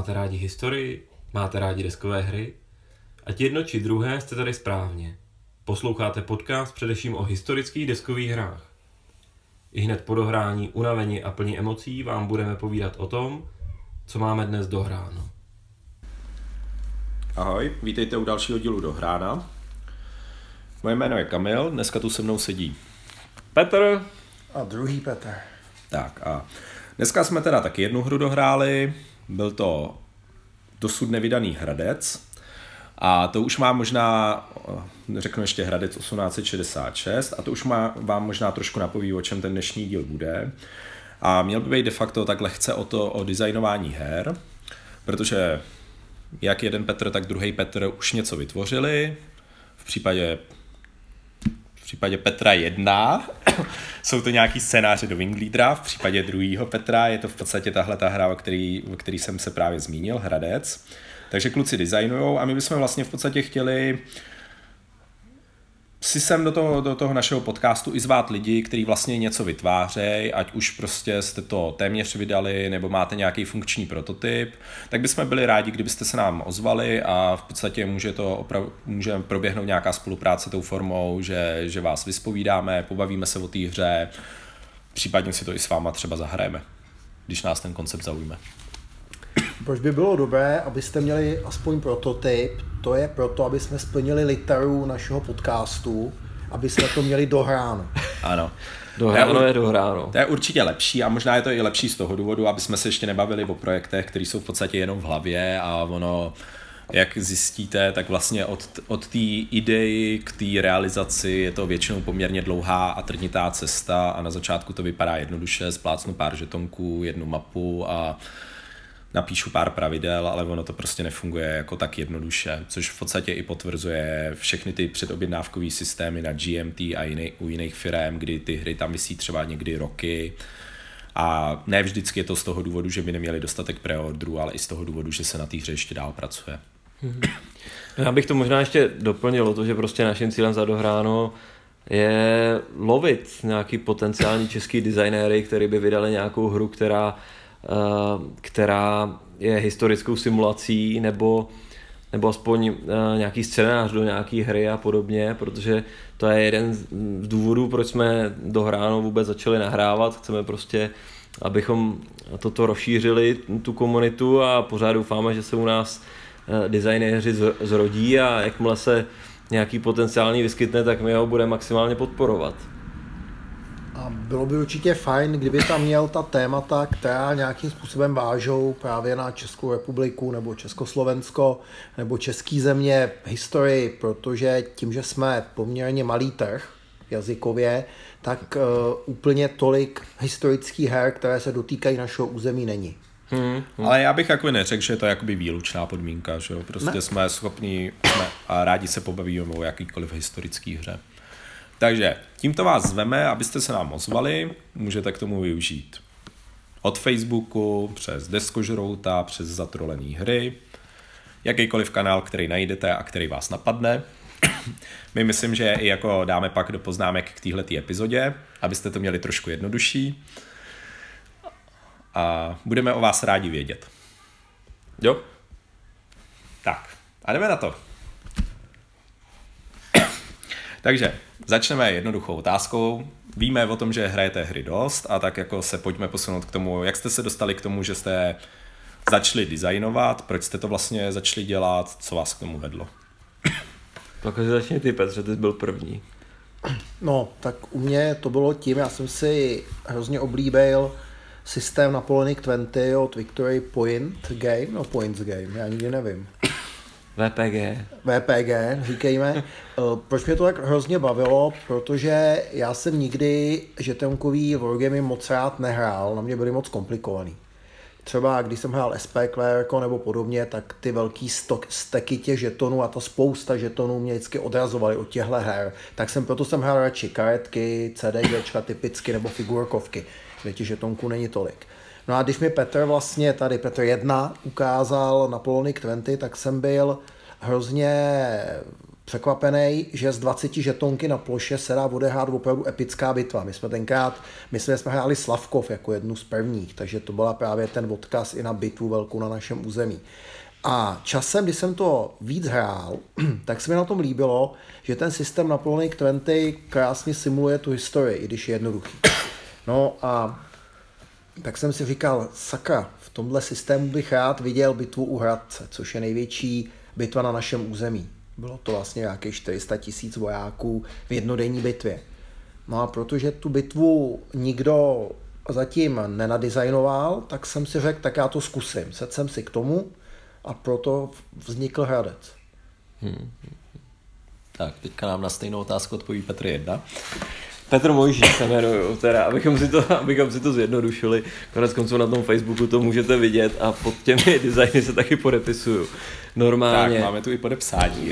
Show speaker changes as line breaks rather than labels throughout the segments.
Máte rádi historii? Máte rádi deskové hry? Ať jedno či druhé jste tady správně. Posloucháte podcast především o historických deskových hrách. Ihned po dohrání, unavení a plní emocí vám budeme povídat o tom, co máme dnes dohráno.
Ahoj, vítejte u dalšího dílu Dohrána. Moje jméno je Kamil, dneska tu se mnou sedí
Petr
a druhý Petr.
Tak a dneska jsme teda taky jednu hru dohráli, byl to dosud nevydaný Hradec a to už má možná, řeknu ještě Hradec 1866 a to už vám možná trošku napoví, o čem ten dnešní díl bude. A měl by být de facto tak lehce o designování her, protože jak jeden Petr, tak druhý Petr už něco vytvořili. V případě Petra 1 jsou to nějaký scénáře do Wingleadera, v případě druhého Petra je to v podstatě tahle ta hra, o který jsem se právě zmínil, Hradec. Takže kluci designujou a my bychom vlastně v podstatě chtěli si sem do toho našeho podcastu i zvát lidi, kteří vlastně něco vytvářejí, ať už prostě jste to téměř vydali, nebo máte nějaký funkční prototyp, tak bychom byli rádi, kdybyste se nám ozvali a v podstatě může proběhnout nějaká spolupráce tou formou, že vás vyspovídáme, pobavíme se o té hře, případně si to i s váma třeba zahrajeme, když nás ten koncept zaujme.
Proč by bylo dobré, abyste měli aspoň prototyp? To je proto, aby jsme splnili literu našeho podcastu, aby jsme to měli dohráno.
Ano.
Dohráno je dohráno.
To je určitě lepší a možná je to i lepší z toho důvodu, aby jsme se ještě nebavili o projektech, které jsou v podstatě jenom v hlavě a ono, jak zjistíte, tak vlastně od té idei k té realizaci je to většinou poměrně dlouhá a trnitá cesta a na začátku to vypadá jednoduše, splácnu pár žetonků, jednu mapu a napíšu pár pravidel, ale ono to prostě nefunguje jako tak jednoduše, což v podstatě i potvrzuje všechny ty předobjednávkové systémy na GMT a u jiných firem, kdy ty hry tam visí třeba někdy roky a ne vždycky je to z toho důvodu, že by neměli dostatek preorderů, ale i z toho důvodu, že se na té hře ještě dál pracuje.
Já bych to možná ještě doplnil, to, že prostě naším cílem za dohráno je lovit nějaký potenciální český designéry, který by vydali nějakou hru, která je historickou simulací nebo aspoň nějaký scénář do nějaký hry a podobně, protože to je jeden z důvodů, proč jsme Dohráno vůbec začali nahrávat. Chceme prostě, abychom toto rozšířili, tu komunitu a pořád doufáme, že se u nás designéři zrodí a jakmile se nějaký potenciální vyskytne, tak my ho budeme maximálně podporovat.
A bylo by určitě fajn, kdyby tam měl ta témata, která nějakým způsobem vážou právě na Českou republiku nebo Československo nebo český země historii, protože tím, že jsme poměrně malý trh jazykově, tak úplně tolik historických her, které se dotýkají našeho území, není.
Ale já bych jako neřekl, že to je jakoby výlučná podmínka, že jo? Prostě jsme schopní a rádi se pobavíme o jakýkoliv historický hře. Takže tímto vás zveme, abyste se nám ozvali, můžete k tomu využít od Facebooku, přes Deskožrouta, přes Zatrolený hry, jakýkoliv kanál, který najdete a který vás napadne. My myslím, že i jako dáme pak do poznámek k téhletý epizodě, abyste to měli trošku jednodušší a budeme o vás rádi vědět.
Jo?
Tak, a jdeme na to. Takže začneme jednoduchou otázkou. Víme o tom, že hrajete hry dost a tak jako se pojďme posunout k tomu, jak jste se dostali k tomu, že jste začali designovat, proč jste to vlastně začali dělat, co vás k tomu vedlo.
Takže začni ty, Petře, ty jsi byl první.
No, tak u mě to bylo tím, já jsem si hrozně oblíbil systém Napoleonic 20 od Victory Points Game, já nikdy nevím. VPG, říkejme. Proč mě to tak hrozně bavilo? Protože já jsem nikdy žetonkový wargamy moc rád nehrál, na mě byly moc komplikovaný. Třeba když jsem hrál SP Clerico nebo podobně, tak ty velký steky těch žetonů a ta spousta žetonů mě vždycky odrazovaly od těchto her. Tak proto jsem hrál radši karetky, CDGčka typicky nebo figurkovky, kde těch žetonků není tolik. No a když mi Petr 1 ukázal Napoleonic 20, tak jsem byl hrozně překvapený, že z 20 žetonky na ploše se dá odehrát opravdu epická bitva. My jsme tenkrát, jsme hráli Slavkov jako jednu z prvních, takže to byla právě ten odkaz i na bitvu velkou na našem území. A časem, když jsem to víc hrál, tak se mi na tom líbilo, že ten systém Napoleonic 20 krásně simuluje tu historii, i když je jednoduchý. No a tak jsem si říkal, sakra, v tomhle systému bych rád viděl bitvu u Hradce, což je největší bitva na našem území. Bylo to vlastně nějakých 400 000 vojáků v jednodenní bitvě. No a protože tu bitvu nikdo zatím nenadizajnoval, tak jsem si řekl, tak já to zkusím. Sedl jsem si k tomu a proto vznikl Hradec.
Tak, teďka nám na stejnou otázku odpoví Petr 1.
Petr Mojžíš se jmenuju, teda, abychom si to zjednodušili. Konec konců na tom Facebooku to můžete vidět a pod těmi designy se taky podepisuju. Normálně.
Tak, máme tu i podepsání.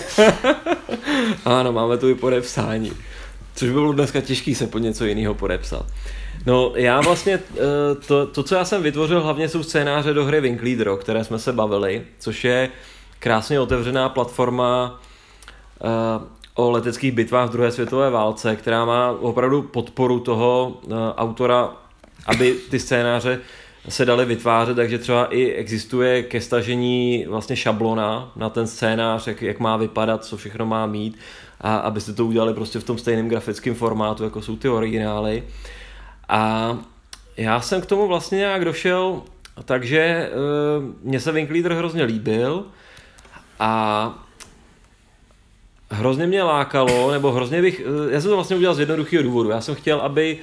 Ano, máme tu i podepsání. Což bylo dneska těžký se pod něco jiného podepsat. No, já vlastně, to, co já jsem vytvořil, hlavně jsou scénáře do hry Wing Leader, o které jsme se bavili, což je krásně otevřená platforma o leteckých bitvách v druhé světové válce, která má opravdu podporu toho autora, aby ty scénáře se daly vytvářet, takže třeba i existuje ke stažení vlastně šablona na ten scénář, jak má vypadat, co všechno má mít, a abyste to udělali prostě v tom stejném grafickém formátu, jako jsou ty originály. A já jsem k tomu vlastně nějak došel, takže mně se Wing Leader hrozně líbil a hrozně mě lákalo, nebo hrozně já jsem to vlastně udělal z jednoduchého důvodu. Já jsem chtěl,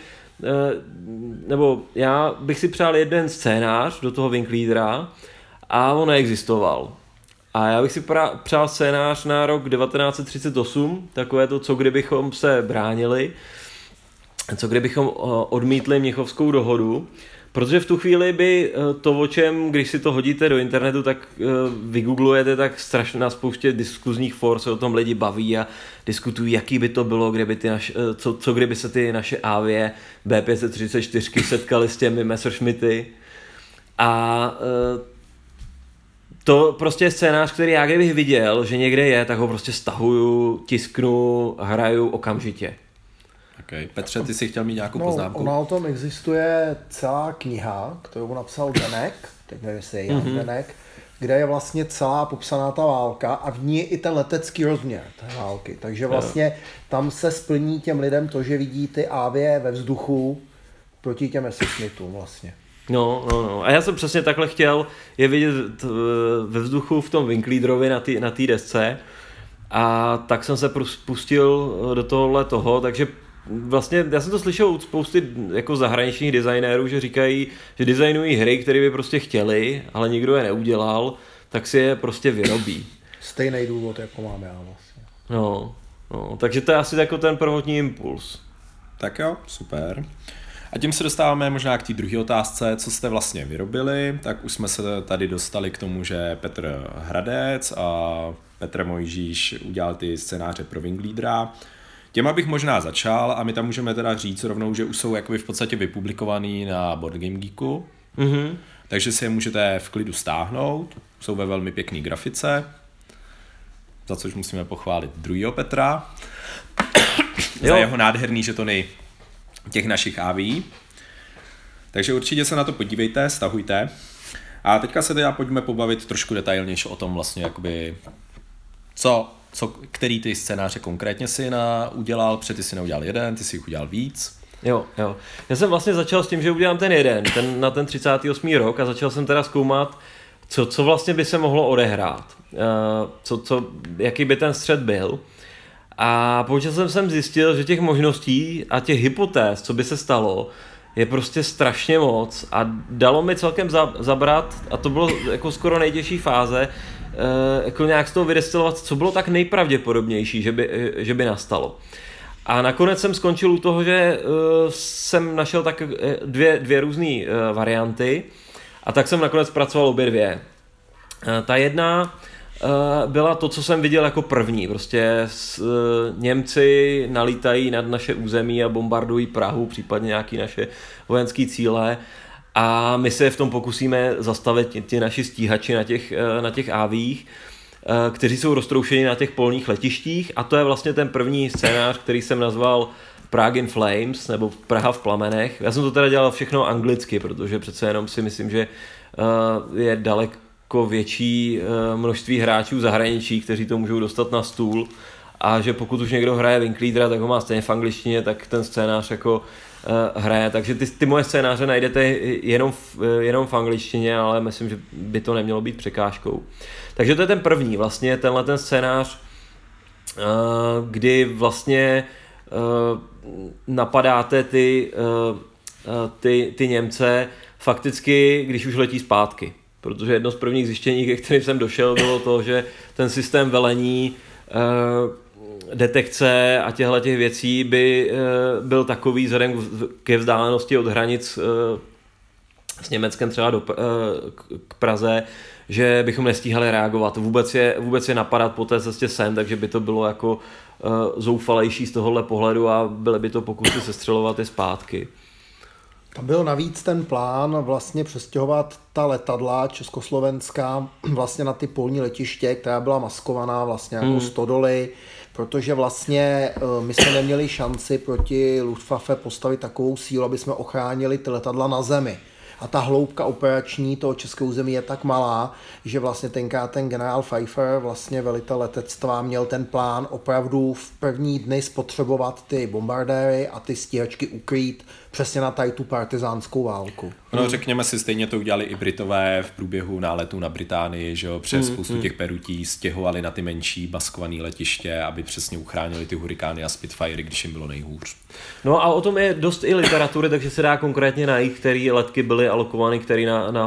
já bych si přál jeden scénář do toho Wing Leadera a on neexistoval. A já bych si přál scénář na rok 1938, takové to, co kdybychom se bránili, co kdybychom odmítli Mnichovskou dohodu, protože v tu chvíli by to, o čem, když si to hodíte do internetu, tak vygooglujete, tak strašně na spoustě diskuzních for se o tom lidi baví a diskutují, jaký by to bylo, kdyby co kdyby se ty naše avie B534 setkaly s těmi Messerschmitty. A to prostě je scénář, který já kdybych viděl, že někde je, tak ho prostě stahuju, tisknu, hraju okamžitě.
Okay. Petře, ty jsi chtěl mít nějakou poznámku?
Ona o tom existuje celá kniha, kterou napsal Denek, teď nevím, jestli je Jan Denek, kde je vlastně celá popsaná ta válka a v ní je i ten letecký rozměr té války. Takže vlastně tam se splní těm lidem to, že vidí ty avie ve vzduchu proti těm Messerschmittům vlastně.
No. A já jsem přesně takhle chtěl je vidět ve vzduchu v tom Wing Leaderovi na té desce a tak jsem se pustil do toho, takže vlastně já jsem to slyšel od spousty jako zahraničních designérů, že říkají, že designují hry, které by prostě chtěli, ale nikdo je neudělal, tak si je prostě vyrobí.
Stejný důvod, jako mám já vlastně.
No, takže to je asi jako ten prvotní impuls.
Tak jo, super. A tím se dostáváme možná k té druhé otázce, co jste vlastně vyrobili, tak už jsme se tady dostali k tomu, že Petr Hradec a Petr Mojžíš udělal ty scénáře pro Wing Leadera. Těma bych možná začal a my tam můžeme teda říct rovnou, že už jsou jakoby v podstatě vypublikovaný na Board Game Geeku, takže si je můžete v klidu stáhnout, jsou ve velmi pěkný grafice, za což musíme pochválit druhýho Petra, za jeho nádherný žetony těch našich AV. Takže určitě se na to podívejte, stahujte. A teďka se teda pojďme pobavit trošku detailnější o tom vlastně jakoby který ty scénáře konkrétně si udělal, protože ty si neudělal jeden, ty si jich udělal víc.
Jo. Já jsem vlastně začal s tím, že udělám ten jeden, na ten 38. rok a začal jsem teda zkoumat, co vlastně by se mohlo odehrát, jaký by ten střed byl. A počasem jsem zjistil, že těch možností a těch hypotéz, co by se stalo, je prostě strašně moc a dalo mi celkem zabrat, a to bylo jako skoro nejtěžší fáze, jako nějak z toho vydestilovat, co bylo tak nejpravděpodobnější, že by nastalo. A nakonec jsem skončil u toho, že jsem našel tak dvě různé varianty a tak jsem nakonec pracoval obě dvě. Ta jedna byla to, co jsem viděl jako první. Prostě Němci nalítají nad naše území a bombardují Prahu, případně nějaké naše vojenské cíle a my se v tom pokusíme zastavit ti naši stíhači na těch AVích. kteří jsou roztroušeni na těch polních letištích a to je vlastně ten první scénář, který jsem nazval Prague in Flames, nebo Praha v plamenech. Já jsem to teda dělal všechno anglicky, protože přece jenom si myslím, že je daleko větší množství hráčů zahraničí, kteří to můžou dostat na stůl a že pokud už někdo hraje Winkleadera, tak ho má stejně v angličtině, tak ten scénář jako hraje. Takže ty moje scénáře najdete jenom v angličtině, ale myslím, že by to nemělo být překážkou. Takže to je ten první, vlastně tenhle ten scénář, kdy vlastně napadáte ty Němce fakticky, když už letí zpátky. Protože jedno z prvních zjištění, ke kterým jsem došel, bylo to, že ten systém velení, detekce a těchto věcí by byl takový vzhledem ke vzdálenosti od hranic s Německem třeba k Praze, že bychom nestíhali reagovat. Vůbec je napadat po té cestě sem, takže by to bylo jako zoufalejší z tohohle pohledu a byly by to pokusy sestřelovat i zpátky.
Tam byl navíc ten plán vlastně přestěhovat ta letadla československá vlastně na ty polní letiště, která byla maskovaná vlastně jako stodoly, protože vlastně my jsme neměli šanci proti Luftwaffe postavit takovou sílu, aby jsme ochránili ty letadla na zemi. A ta hloubka operační toho českého území je tak malá, že vlastně tenkrát ten generál Pfeiffer, vlastně velitel letectva, měl ten plán opravdu v první dny spotřebovat ty bombardéry a ty stíhačky ukrýt přesně na tady tu partizánskou válku.
No, řekněme si, stejně to udělali i Britové v průběhu náletů na Británii, že jo, přes spoustu těch perutí stěhovali na ty menší maskované letiště, aby přesně uchránili ty hurikány a Spitfire, když jim bylo nejhůř.
No a o tom je dost i literatury, takže se dá konkrétně najít, který letky byly alokovány, který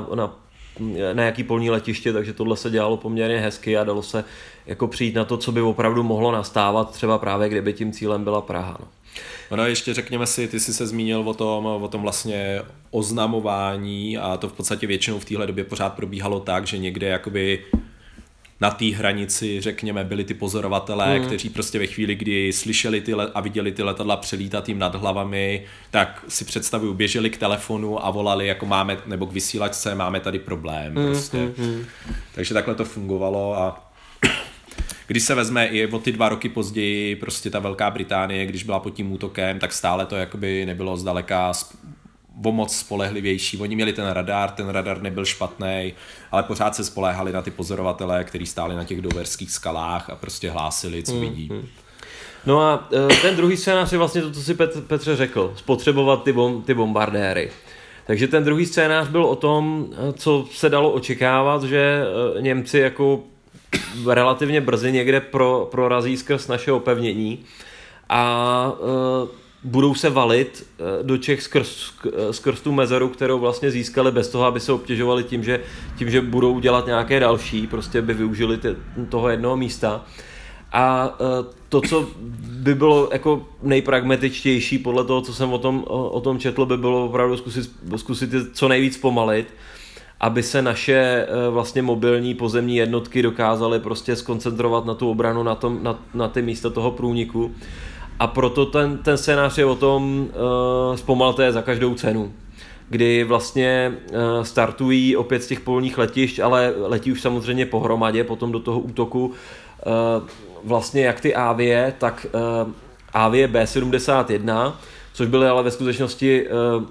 na jaký polní letiště, takže tohle se dělalo poměrně hezky a dalo se jako přijít na to, co by opravdu mohlo nastávat, třeba právě kdyby tím cílem byla Praha. No.
No ještě řekněme si, ty jsi se zmínil o tom vlastně oznamování a to v podstatě většinou v téhle době pořád probíhalo tak, že někde jakoby na té hranici, řekněme, byli ty pozorovatelé, kteří prostě ve chvíli, kdy slyšeli a viděli ty letadla přelítat jim nad hlavami, tak si představuju, běželi k telefonu a volali, jako máme, nebo k vysílačce, máme tady problém. Prostě. Takže takhle to fungovalo a když se vezme i o ty 2 roky později, prostě ta Velká Británie, když byla pod tím útokem, tak stále to jakoby nebylo zdaleka o moc spolehlivější. Oni měli ten radar nebyl špatný, ale pořád se spoléhali na ty pozorovatele, kteří stáli na těch doverských skalách a prostě hlásili, co vidí.
No a ten druhý scénář je vlastně to, co si Petře řekl, spotřebovat ty bombardéry. Takže ten druhý scénář byl o tom, co se dalo očekávat, že Němci jako relativně brzy někde prorazí skrz naše opevnění a budou se valit do Čech skrz tu mezeru, kterou vlastně získali bez toho, aby se obtěžovali tím, že budou dělat nějaké další, prostě by využili toho jednoho místa. A to, co by bylo jako nejpragmatičtější podle toho, co jsem o tom četl, by bylo opravdu zkusit co nejvíc pomalit, aby se naše vlastně mobilní pozemní jednotky dokázaly prostě skoncentrovat na tu obranu, na ty místa toho průniku. A proto ten scénář je o tom zpomalte je za každou cenu, kdy vlastně startují opět z těch polních letišť, ale letí už samozřejmě pohromadě potom do toho útoku vlastně jak ty Avie, tak Avie B-71, což byly ale ve skutečnosti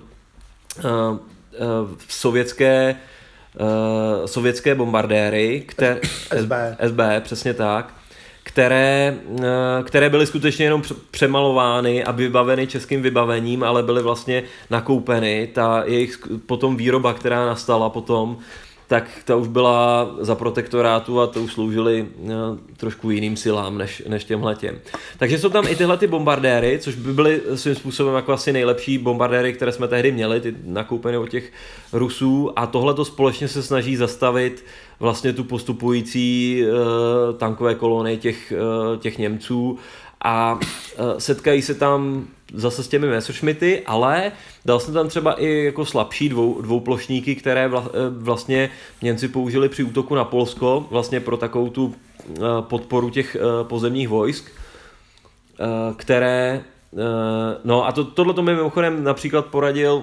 sovětské bombardéry, SB, přesně tak, které byly skutečně jenom přemalovány a vybaveny českým vybavením, ale byly vlastně nakoupeny. Ta jejich potom výroba, která nastala potom, tak ta už byla za protektorátu a to už sloužily trošku jiným silám než těmhletěm. Takže jsou tam i tyhle ty bombardéry, což by byly svým způsobem jako asi nejlepší bombardéry, které jsme tehdy měli, ty nakoupené od těch Rusů a tohleto společně se snaží zastavit vlastně tu postupující tankové kolony těch Němců a setkají se tam zase s těmi Messerschmitty, ale dal jsem tam třeba i jako slabší dvouplošníky, které vlastně Němci použili při útoku na Polsko, vlastně pro takovou tu podporu těch pozemních vojsk, které, no a tohleto mi mimochodem například poradil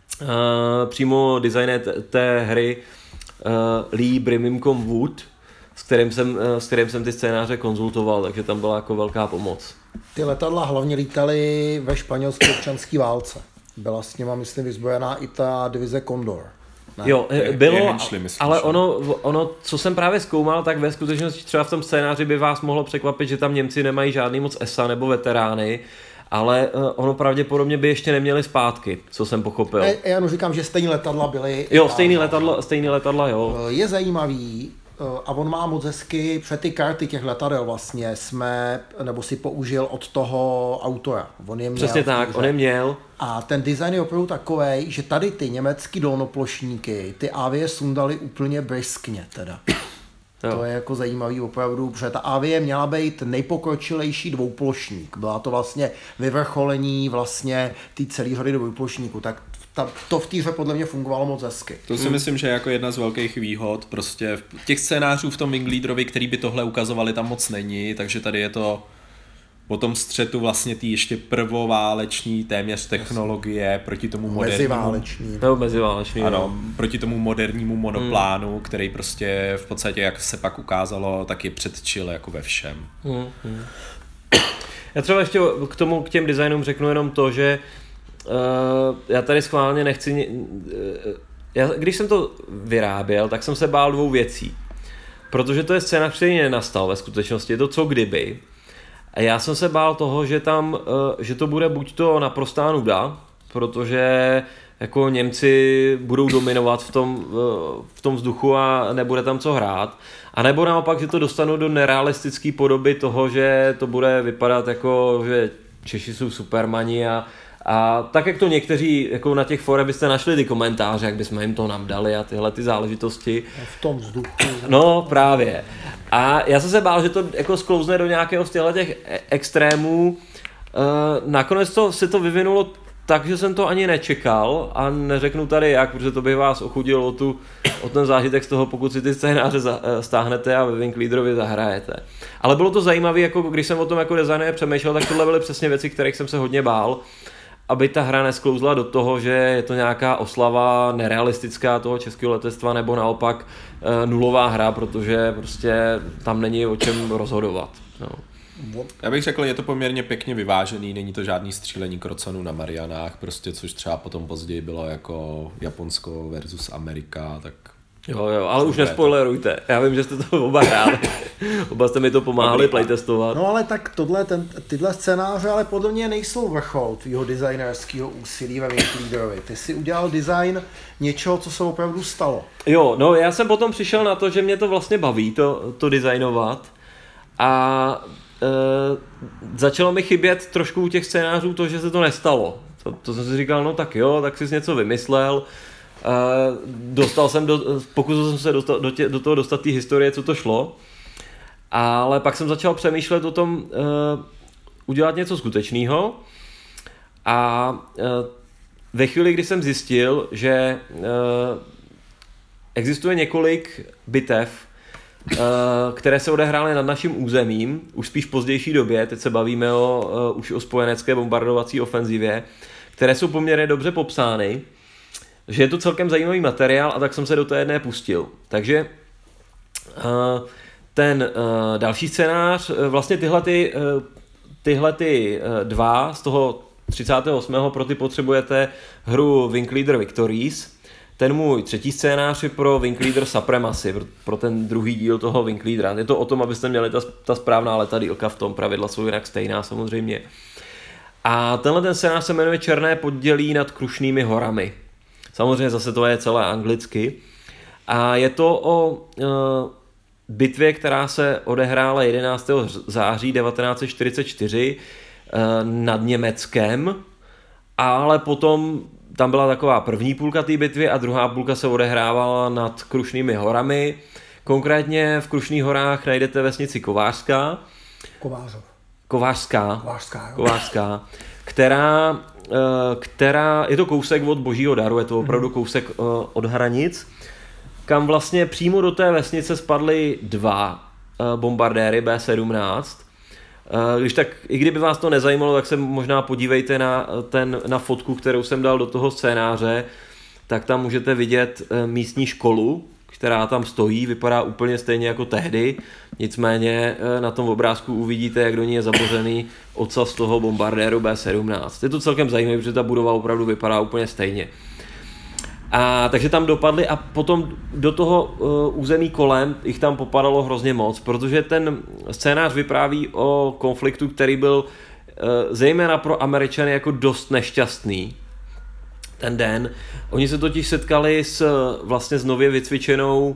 přímo designer té hry Lee Brimington Wood s kterým jsem ty scénáře konzultoval, takže tam byla jako velká pomoc.
Ty letadla hlavně lítaly ve španělské občanské válce. Byla s nima, myslím, vyzbrojená i ta divize Condor.
Ne? Jo, bylo, ale ono, co jsem právě zkoumal, tak ve skutečnosti třeba v tom scénáři by vás mohlo překvapit, že tam Němci nemají žádný moc ESA nebo veterány, ale ono pravděpodobně by ještě neměli zpátky, co jsem pochopil.
Já jenom říkám, že stejný letadla byly.
Jo, stejný letadla, jo.
Je zajímavý, a on má moc hezky, před ty karty těch letadel vlastně nebo si použil od toho autora. On je měl.
Přesně tak, on je měl.
A ten design je opravdu takovej, že tady ty německý dolnoplošníky, ty Avie sundali úplně briskně teda. Jo. To je jako zajímavý opravdu, protože ta Avie měla být nejpokročilejší dvouplošník. Byla to vlastně vyvrcholení vlastně té celé řady dvouplošníků. Tak to v té hře podle mě fungovalo moc hezky.
To si myslím, že je jako jedna z velkých výhod. Prostě těch scénářů v tom Wingleaderovi, který by tohle ukazovali, tam moc není, takže tady je to po tom střetu vlastně ty ještě prvováleční téměř technologie proti tomu
meziválečný.
Ano, proti tomu modernímu monoplánu, který prostě v podstatě, jak se pak ukázalo, tak je předčil jako ve všem.
Já třeba ještě k těm designům řeknu jenom to, že já tady schválně nechci... Když jsem to vyráběl, tak jsem se bál dvou věcí. Protože to je scénář, který nenastal ve skutečnosti, je to co kdyby. A já jsem se bál toho, že to bude buď to naprostá nuda, protože jako Němci budou dominovat v tom vzduchu a nebude tam co hrát. A nebo naopak, že to dostanu do nerealistické podoby toho, že to bude vypadat jako, že Češi jsou supermani a tak, jak to někteří jako na těch forech byste našli ty komentáře, jak bychom jim to nám dali a tyhle ty záležitosti.
V tom vzduchu.
No, právě. A já jsem se bál, že to jako sklouzne do nějakého z těch extrémů. Nakonec se to vyvinulo tak, že jsem to ani nečekal a neřeknu tady jak, protože to by vás ochudilo o ten zážitek z toho, pokud si ty scénáře stáhnete a ve Wingleaderovi zahrajete. Ale bylo to zajímavé, jako když jsem o tom jako designér přemýšlel, tak tohle byly přesně věci, kterých jsem se hodně bál, aby ta hra nesklouzla do toho, že je to nějaká oslava nerealistická toho českého letectva nebo naopak nulová hra, protože prostě tam není o čem rozhodovat. No.
Já bych řekl, je to poměrně pěkně vyvážený, není to žádný střílení krocanů na Marianách, prostě což třeba potom později bylo jako Japonsko versus Amerika, tak...
Jo, ale už nespoilerujte, já vím, že jste to oba hráli, oba jste mi to pomáhali playtestovat.
No ale tak tyhle scénáře ale podle mě nejsou vrchol tvýho designerského úsilí ve Wingleaderovi. Ty si udělal design něčeho, co se opravdu stalo.
Jo, no já jsem potom přišel na to, že mě to vlastně baví to designovat a začalo mi chybět trošku u těch scénářů to, že se to nestalo. To jsem si říkal, no tak jo, tak jsi něco vymyslel. Pokusil jsem se do toho dostat té historie, co to šlo. Ale pak jsem začal přemýšlet o tom udělat něco skutečného. A ve chvíli, kdy jsem zjistil, že existuje několik bitev, které se odehrály nad naším územím, už spíš v pozdější době, teď se bavíme už o spojenecké bombardovací ofenzivě, které jsou poměrně dobře popsány, že je to celkem zajímavý materiál a tak jsem se do té jedné pustil. Takže ten další scénář, vlastně tyhle dva z toho 38. pro ty potřebujete hru Wingleader Victories. Ten můj třetí scénář je pro Wingleader Supremacy, pro ten druhý díl toho Wingleadera. Je to o tom, abyste měli ta správná letadýlka v tom, pravidla jsou jinak stejná samozřejmě. A tenhle ten scénář se jmenuje Černé poddělí nad Krušnými horami. Samozřejmě zase to je celé anglicky. A je to o bitvě, která se odehrála 11. září 1944 nad Německem, ale potom tam byla taková první půlka té bitvy a druhá půlka se odehrávala nad Krušnými horami. Konkrétně v Krušných horách najdete vesnici Kovářská, která je to kousek od Božího daru, je to opravdu kousek od hranic, kam vlastně přímo do té vesnice spadly dva bombardéry B-17. Když tak, i kdyby vás to nezajímalo, tak se možná podívejte na fotku, kterou jsem dal do toho scénáře, tak tam můžete vidět místní školu, která tam stojí, vypadá úplně stejně jako tehdy, nicméně na tom obrázku uvidíte, jak do ní je zabořený ocas toho bombardéru B-17. Je to celkem zajímavé, protože ta budova opravdu vypadá úplně stejně. A takže tam dopadli a potom do toho území kolem jich tam popadalo hrozně moc, protože ten scénář vypráví o konfliktu, který byl zejména pro Američany jako dost nešťastný ten den. Oni se totiž setkali vlastně s nově vycvičenou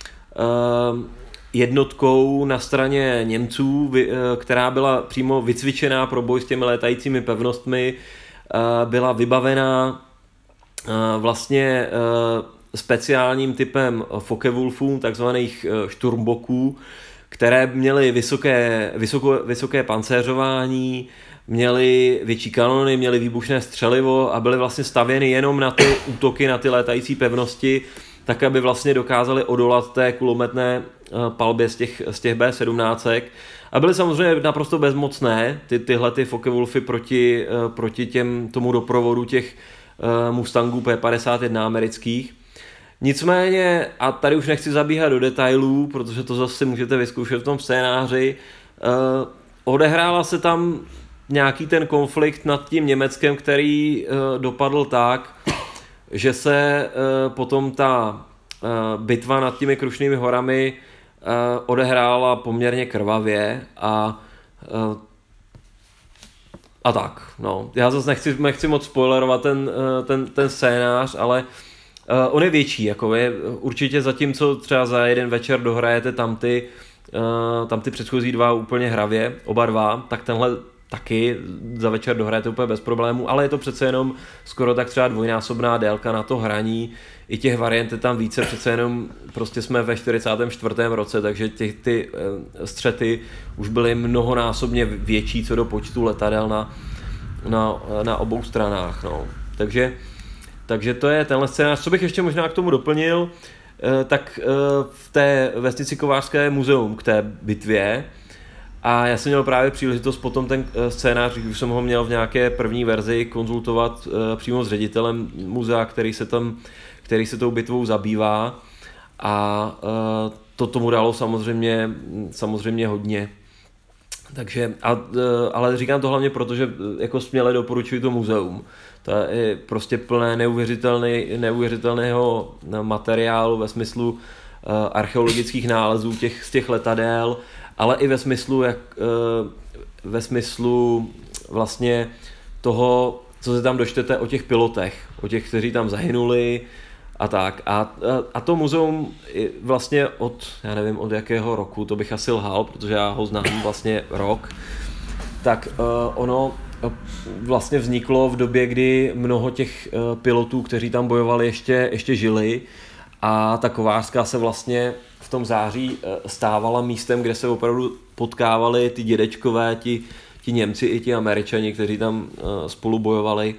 jednotkou na straně Němců, která byla přímo vycvičená pro boj s těmi létajícími pevnostmi, byla vybavená vlastně speciálním typem Focke-Wulfů, takzvaných Sturmboků, které měly vysoké pancéřování, měly větší kanony, měly výbušné střelivo a byly vlastně stavěny jenom na ty útoky na ty létající pevnosti, tak aby vlastně dokázali odolat té kulometné palbě z těch B-17. A byly samozřejmě naprosto bezmocné tyhle Focke-Wulfy proti tomu doprovodu těch Mustangů P-51 amerických. Nicméně, a tady už nechci zabíhat do detailů, protože to zase můžete vyzkoušet v tom scénáři, odehrála se tam nějaký ten konflikt nad tím Německem, který dopadl tak, že se potom ta bitva nad těmi Krušnými horami odehrála poměrně krvavě a tak, no. Já zase nechci moc spoilerovat ten scénář, ale on je větší, jako je určitě zatímco třeba za jeden večer dohrajete tam ty předchozí dva úplně hravě, oba dva, tak tenhle taky za večer dohrajete úplně bez problémů, ale je to přece jenom skoro tak třeba dvojnásobná délka na to hraní, i těch variant je tam více, přece jenom prostě jsme ve 44. roce, takže ty střety už byly mnohonásobně větší co do počtu letadel na obou stranách, no. Takže to je tenhle scénář. Co bych ještě možná k tomu doplnil, tak v té vesnici Kovářské muzeum k té bitvě, a já jsem měl právě příležitost potom ten scénář, když jsem ho měl v nějaké první verzi, konzultovat přímo s ředitelem muzea, který se tou bitvou zabývá, a to tomu dalo samozřejmě hodně. Takže, ale říkám to hlavně proto, že jako směle doporučuji to muzeum. To je prostě plné neuvěřitelného materiálu ve smyslu archeologických nálezů z těch letadel, ale i ve smyslu vlastně toho, co se tam dočtete o těch pilotech, o těch, kteří tam zahynuli a tak. A to muzeum vlastně já nevím od jakého roku, to bych asi lhal, protože já ho znám vlastně rok, tak ono vlastně vzniklo v době, kdy mnoho těch pilotů, kteří tam bojovali, ještě žili, a ta Kovářská se vlastně v tom září stávala místem, kde se opravdu potkávali ty dědečkové, ti Němci i ti Američani, kteří tam spolu bojovali,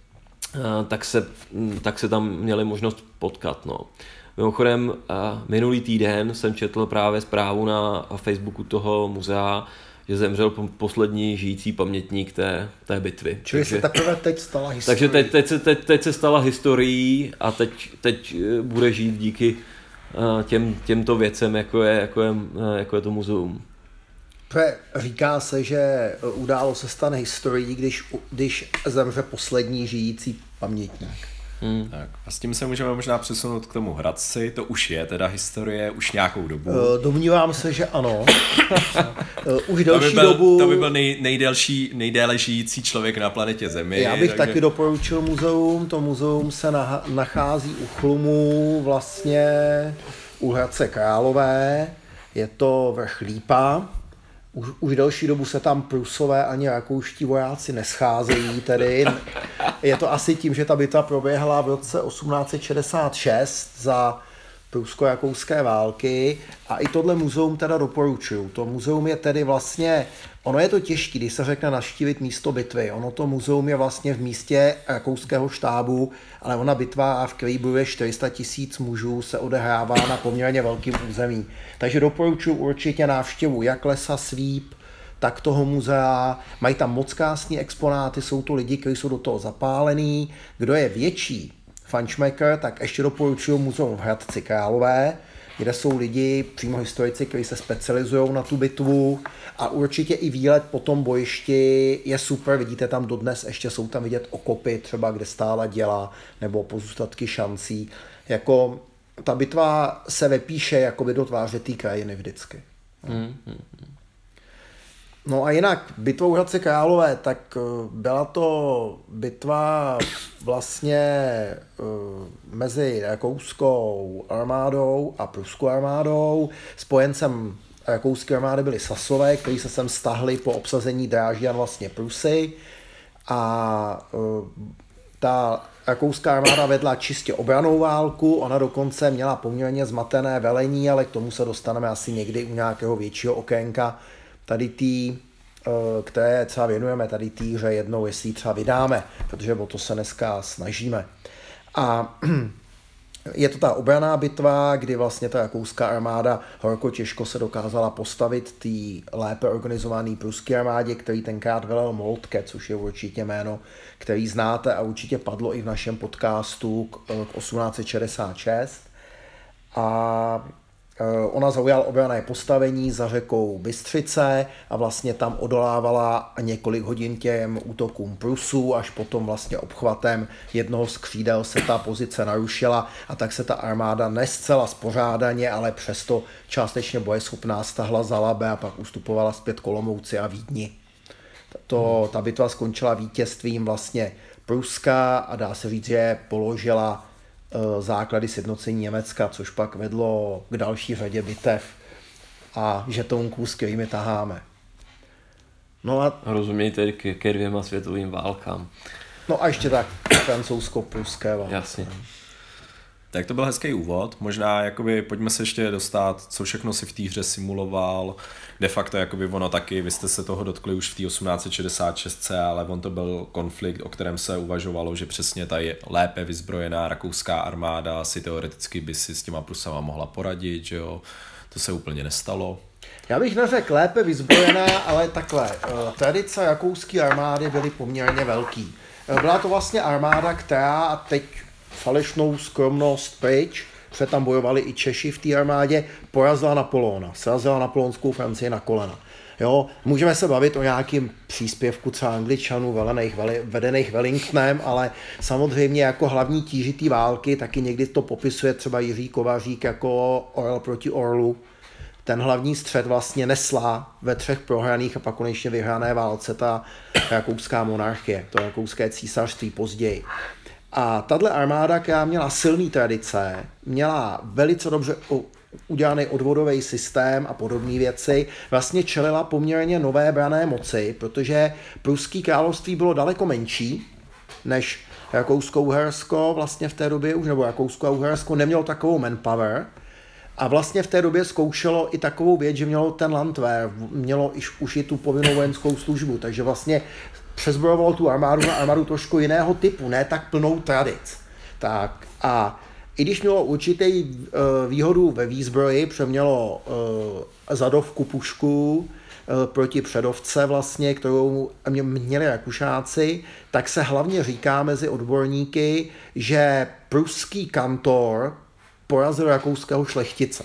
tak se tam měli možnost potkat. No. Mimochodem, minulý týden jsem četl právě zprávu na Facebooku toho muzea, že zemřel poslední žijící pamětník té bitvy.
Čili se teprve teď stala historií.
Takže teď se stala historií a teď bude žít díky těmto věcem, jako je to muzeum.
Říká se, že událost se stane historií, když zemře poslední žijící pamětník.
Tak, a s tím se můžeme možná přesunout k tomu Hradci, to už je teda historie, už nějakou dobu.
Domnívám se, že ano. Už delší dobu.
To by byl nejdéle žijící člověk na planetě Zemi.
Já bych taky doporučil muzeum, to muzeum se nachází u Chlumů, vlastně u Hradce Králové, je to vrch Lípa. Už delší dobu se tam Prusové ani rakouští vojáci nescházejí, tedy je to asi tím, že ta bitva proběhla v roce 1866 za prusko-rakouské války, a i tohle muzeum teda doporučuju. To muzeum je tedy vlastně, ono je to těžké, když se řekne navštívit místo bitvy. Ono to muzeum je vlastně v místě rakouského štábu, ale ona bitva, v které bojuje 400 000 mužů, se odehrává na poměrně velkým území. Takže doporučuji určitě návštěvu jak lesa Svíp, tak toho muzea. Mají tam moc krásný exponáty, jsou to lidi, kteří jsou do toho zapálení. Kdo je větší Fajnšmekr, tak ještě doporučuji muzeum v Hradci Králové, kde jsou lidi, přímo historici, kteří se specializují na tu bitvu a určitě i výlet po tom bojišti je super, vidíte tam dodnes, ještě jsou tam vidět okopy, třeba kde stála děla nebo pozůstatky šancí. Jako ta bitva se vepíše jakoby do tváře té krajiny vždycky. No a jinak, bitva u Hradce Králové, tak byla to bitva vlastně mezi rakouskou armádou a pruskou armádou. Spojencem rakouské armády byli Sasové, kteří se sem stahli po obsazení Drážďan vlastně Prusy. A ta rakouská armáda vedla čistě obrannou válku, ona dokonce měla poměrně zmatené velení, ale k tomu se dostaneme asi někdy u nějakého většího okénka. Tady které třeba věnujeme tady že jednou, jestli třeba vydáme, protože o to se dneska snažíme. A je to ta obranná bitva, kdy vlastně ta rakouská armáda horko těžko se dokázala postavit té lépe organizované pruské armádě, který tenkrát velel Moltke, což je určitě jméno, který znáte a určitě padlo i v našem podcastu k 1866. A ona zaujala obranné postavení za řekou Bystřice a vlastně tam odolávala několik hodin těm útokům Prusů, až potom vlastně obchvatem jednoho z křídel se ta pozice narušila a tak se ta armáda ne zcela spořádaně, ale přesto částečně bojeschopná stahla za Labe a pak ustupovala zpět Olomouci a Vídni. Ta bitva skončila vítězstvím vlastně Pruska a dá se říct, že položila základy sjednocení Německa, což pak vedlo k další řadě bitev a žetonků, s kterými taháme. No a
rozuměj tedy ke 2 světovým válkám.
No a ještě tak francouzsko-pruské války.
Jasně.
Tak to byl hezký úvod. Možná jakoby, pojďme se ještě dostat, co všechno si v té hře simuloval. De facto jakoby ono taky, vy jste se toho dotkli už v té 1866, ale on to byl konflikt, o kterém se uvažovalo, že přesně ta je lépe vyzbrojená rakouská armáda si teoreticky by si s těma Prusama mohla poradit, že jo. To se úplně nestalo.
Já bych neřekl lépe vyzbrojená, ale takhle. Tradice rakouské armády byly poměrně velký. Byla to vlastně armáda, která, a teď falešnou skromnost pryč, protože tam bojovali i Češi v té armádě, porazila Napoleona, srazila napoleonskou Francii na kolena. Jo, můžeme se bavit o nějakým příspěvku třeba Angličanů vedených Wellingtonem, ale samozřejmě jako hlavní tíži té války taky někdy to popisuje třeba Jiří Kovařík jako orel proti orlu. Ten hlavní střet vlastně nesla ve 3 prohraných a pak konečně vyhrané válce ta rakouská monarchie, to rakouské císařství později. A tahle armáda, která měla silný tradice, měla velice dobře udělaný odvodový systém a podobné věci, vlastně čelila poměrně nové branné moci, protože pruské království bylo daleko menší než Rakousko-Uhersko, vlastně v té době už, nebo Rakousko a Uhersko nemělo takovou manpower a vlastně v té době zkoušelo i takovou věc, že mělo ten Landwehr, mělo už i tu povinnou vojenskou službu, takže vlastně přezbrojovalo tu armádu na armádu trošku jiného typu, ne tak plnou tradic. Tak a i když mělo určitý výhodu ve výzbroji, protože mělo zadovku pušku proti předovce vlastně, kterou měli Rakušáci, tak se hlavně říká mezi odborníky, že pruský kantor porazil rakouského šlechtice.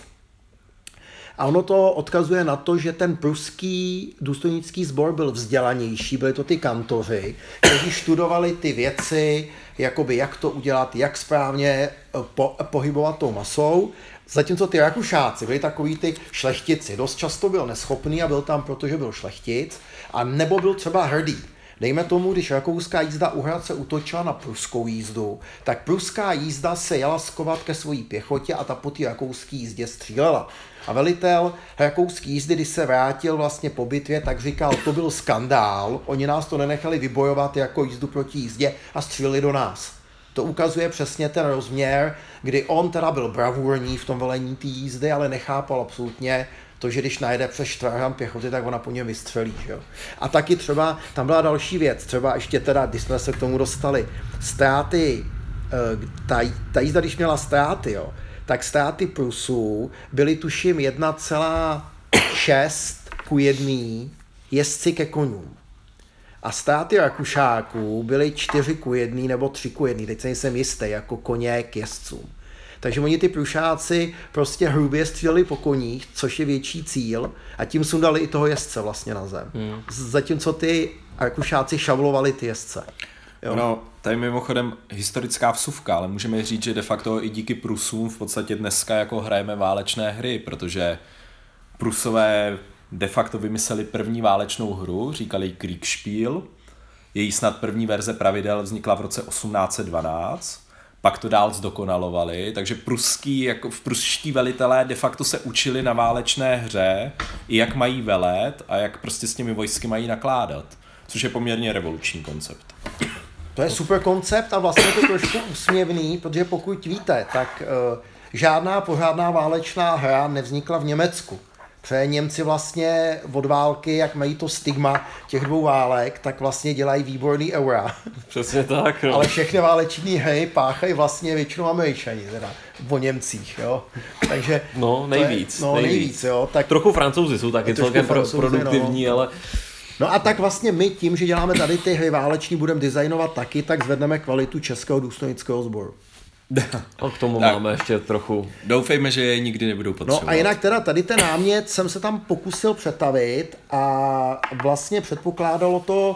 A ono to odkazuje na to, že ten pruský důstojnický sbor byl vzdělanější, byli to ty kantoři, kteří studovali ty věci, jakoby jak to udělat, jak správně pohybovat tou masou, zatímco ty Rakušáci byli takový ty šlechtici. Dost často byl neschopný a byl tam, protože byl šlechtic, a nebo byl třeba hrdý. Dejme tomu, když rakouská jízda u Hradce útočila na pruskou jízdu, tak pruská jízda se jela skovat ke svojí pěchotě a ta po té rakouské jízdě střílela. A velitel rakouský jízdy, když se vrátil vlastně po bitvě, tak říkal, to byl skandál, oni nás to nenechali vybojovat jako jízdu proti jízdě a stříleli do nás. To ukazuje přesně ten rozměr, kdy on teda byl bravurní v tom velení té jízdy, ale nechápal absolutně to, že když najde přes 4 pěchoty, tak ona po něm vystřelí. Že? A taky třeba, tam byla další věc, třeba ještě teda, když jsme se k tomu dostali, ztráty, ta jízda, když měla ztráty, jo, tak ztráty Prusů byly tuším 1,6 ku 1 jezdci ke konům. A ztráty Rakušáků byly 4:1 nebo 3:1, teď se nejsem jistý, jako koně k jezdcům. Takže oni ty Prušáci prostě hrubě stříleli po koních, což je větší cíl, a tím sundali i toho jezdce vlastně na zem. Zatímco ty Rakušáci šavlovali ty jezdce. Jo.
No, tady mimochodem historická vsuvka, ale můžeme říct, že de facto i díky Prusům v podstatě dneska jako hrajeme válečné hry, protože Prusové de facto vymysleli první válečnou hru, říkali Kriegspiel. Její snad první verze pravidel vznikla v roce 1812, pak to dál zdokonalovali, takže pruští velitelé de facto se učili na válečné hře, i jak mají velet a jak prostě s těmi vojsky mají nakládat, což je poměrně revoluční koncept.
To je super koncept a vlastně je to trošku úsměvný, protože pokud víte, tak žádná pořádná válečná hra nevznikla v Německu. Protože Němci vlastně od války, jak mají to stigma těch dvou válek, tak vlastně dělají výborný eura.
Přesně tak, no.
Ale všechny váleční hry páchají vlastně většinou Američani, teda o Němcích, jo. Takže
no, nejvíc.
Nejvíc, jo. Tak
trochu Francouzi jsou taky celkem produktivní, ale...
No a tak vlastně my tím, že děláme tady ty hry váleční, budeme designovat taky, tak zvedneme kvalitu českého důstojnického sboru.
A k tomu tak máme ještě trochu.
Doufejme, že je nikdy nebudou potřebovat.
No a jinak teda tady ten námět jsem se tam pokusil přetavit a vlastně předpokládalo to,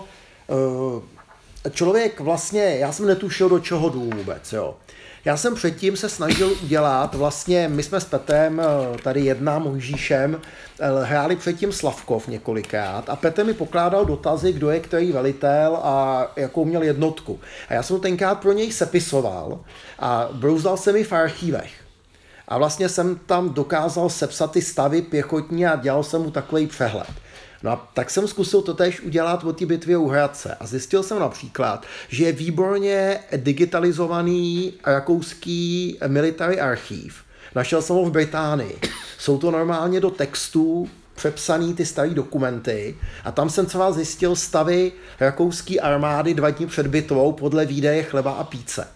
člověk vlastně, já jsem netušil, do čeho jdu vůbec, jo. Já jsem předtím se snažil udělat, vlastně my jsme s Petem, tady jedna Mojžíšem, hráli předtím Slavkov několikrát a Petr mi pokládal dotazy, kdo je který velitel a jakou měl jednotku. A já jsem to tenkrát pro něj sepisoval a brouzdal jsem mi v archívech. A vlastně jsem tam dokázal sepsat ty stavy pěchotní a dělal jsem mu takový přehled. No a tak jsem zkusil to též udělat o té bitvě u Hradce a zjistil jsem například, že je výborně digitalizovaný rakouský military archiv. Našel jsem ho v Británii. Jsou to normálně do textů přepsaný ty staré dokumenty a tam jsem třeba zjistil stavy rakouské armády 2 dny před bitvou podle výdeje chleba a píce.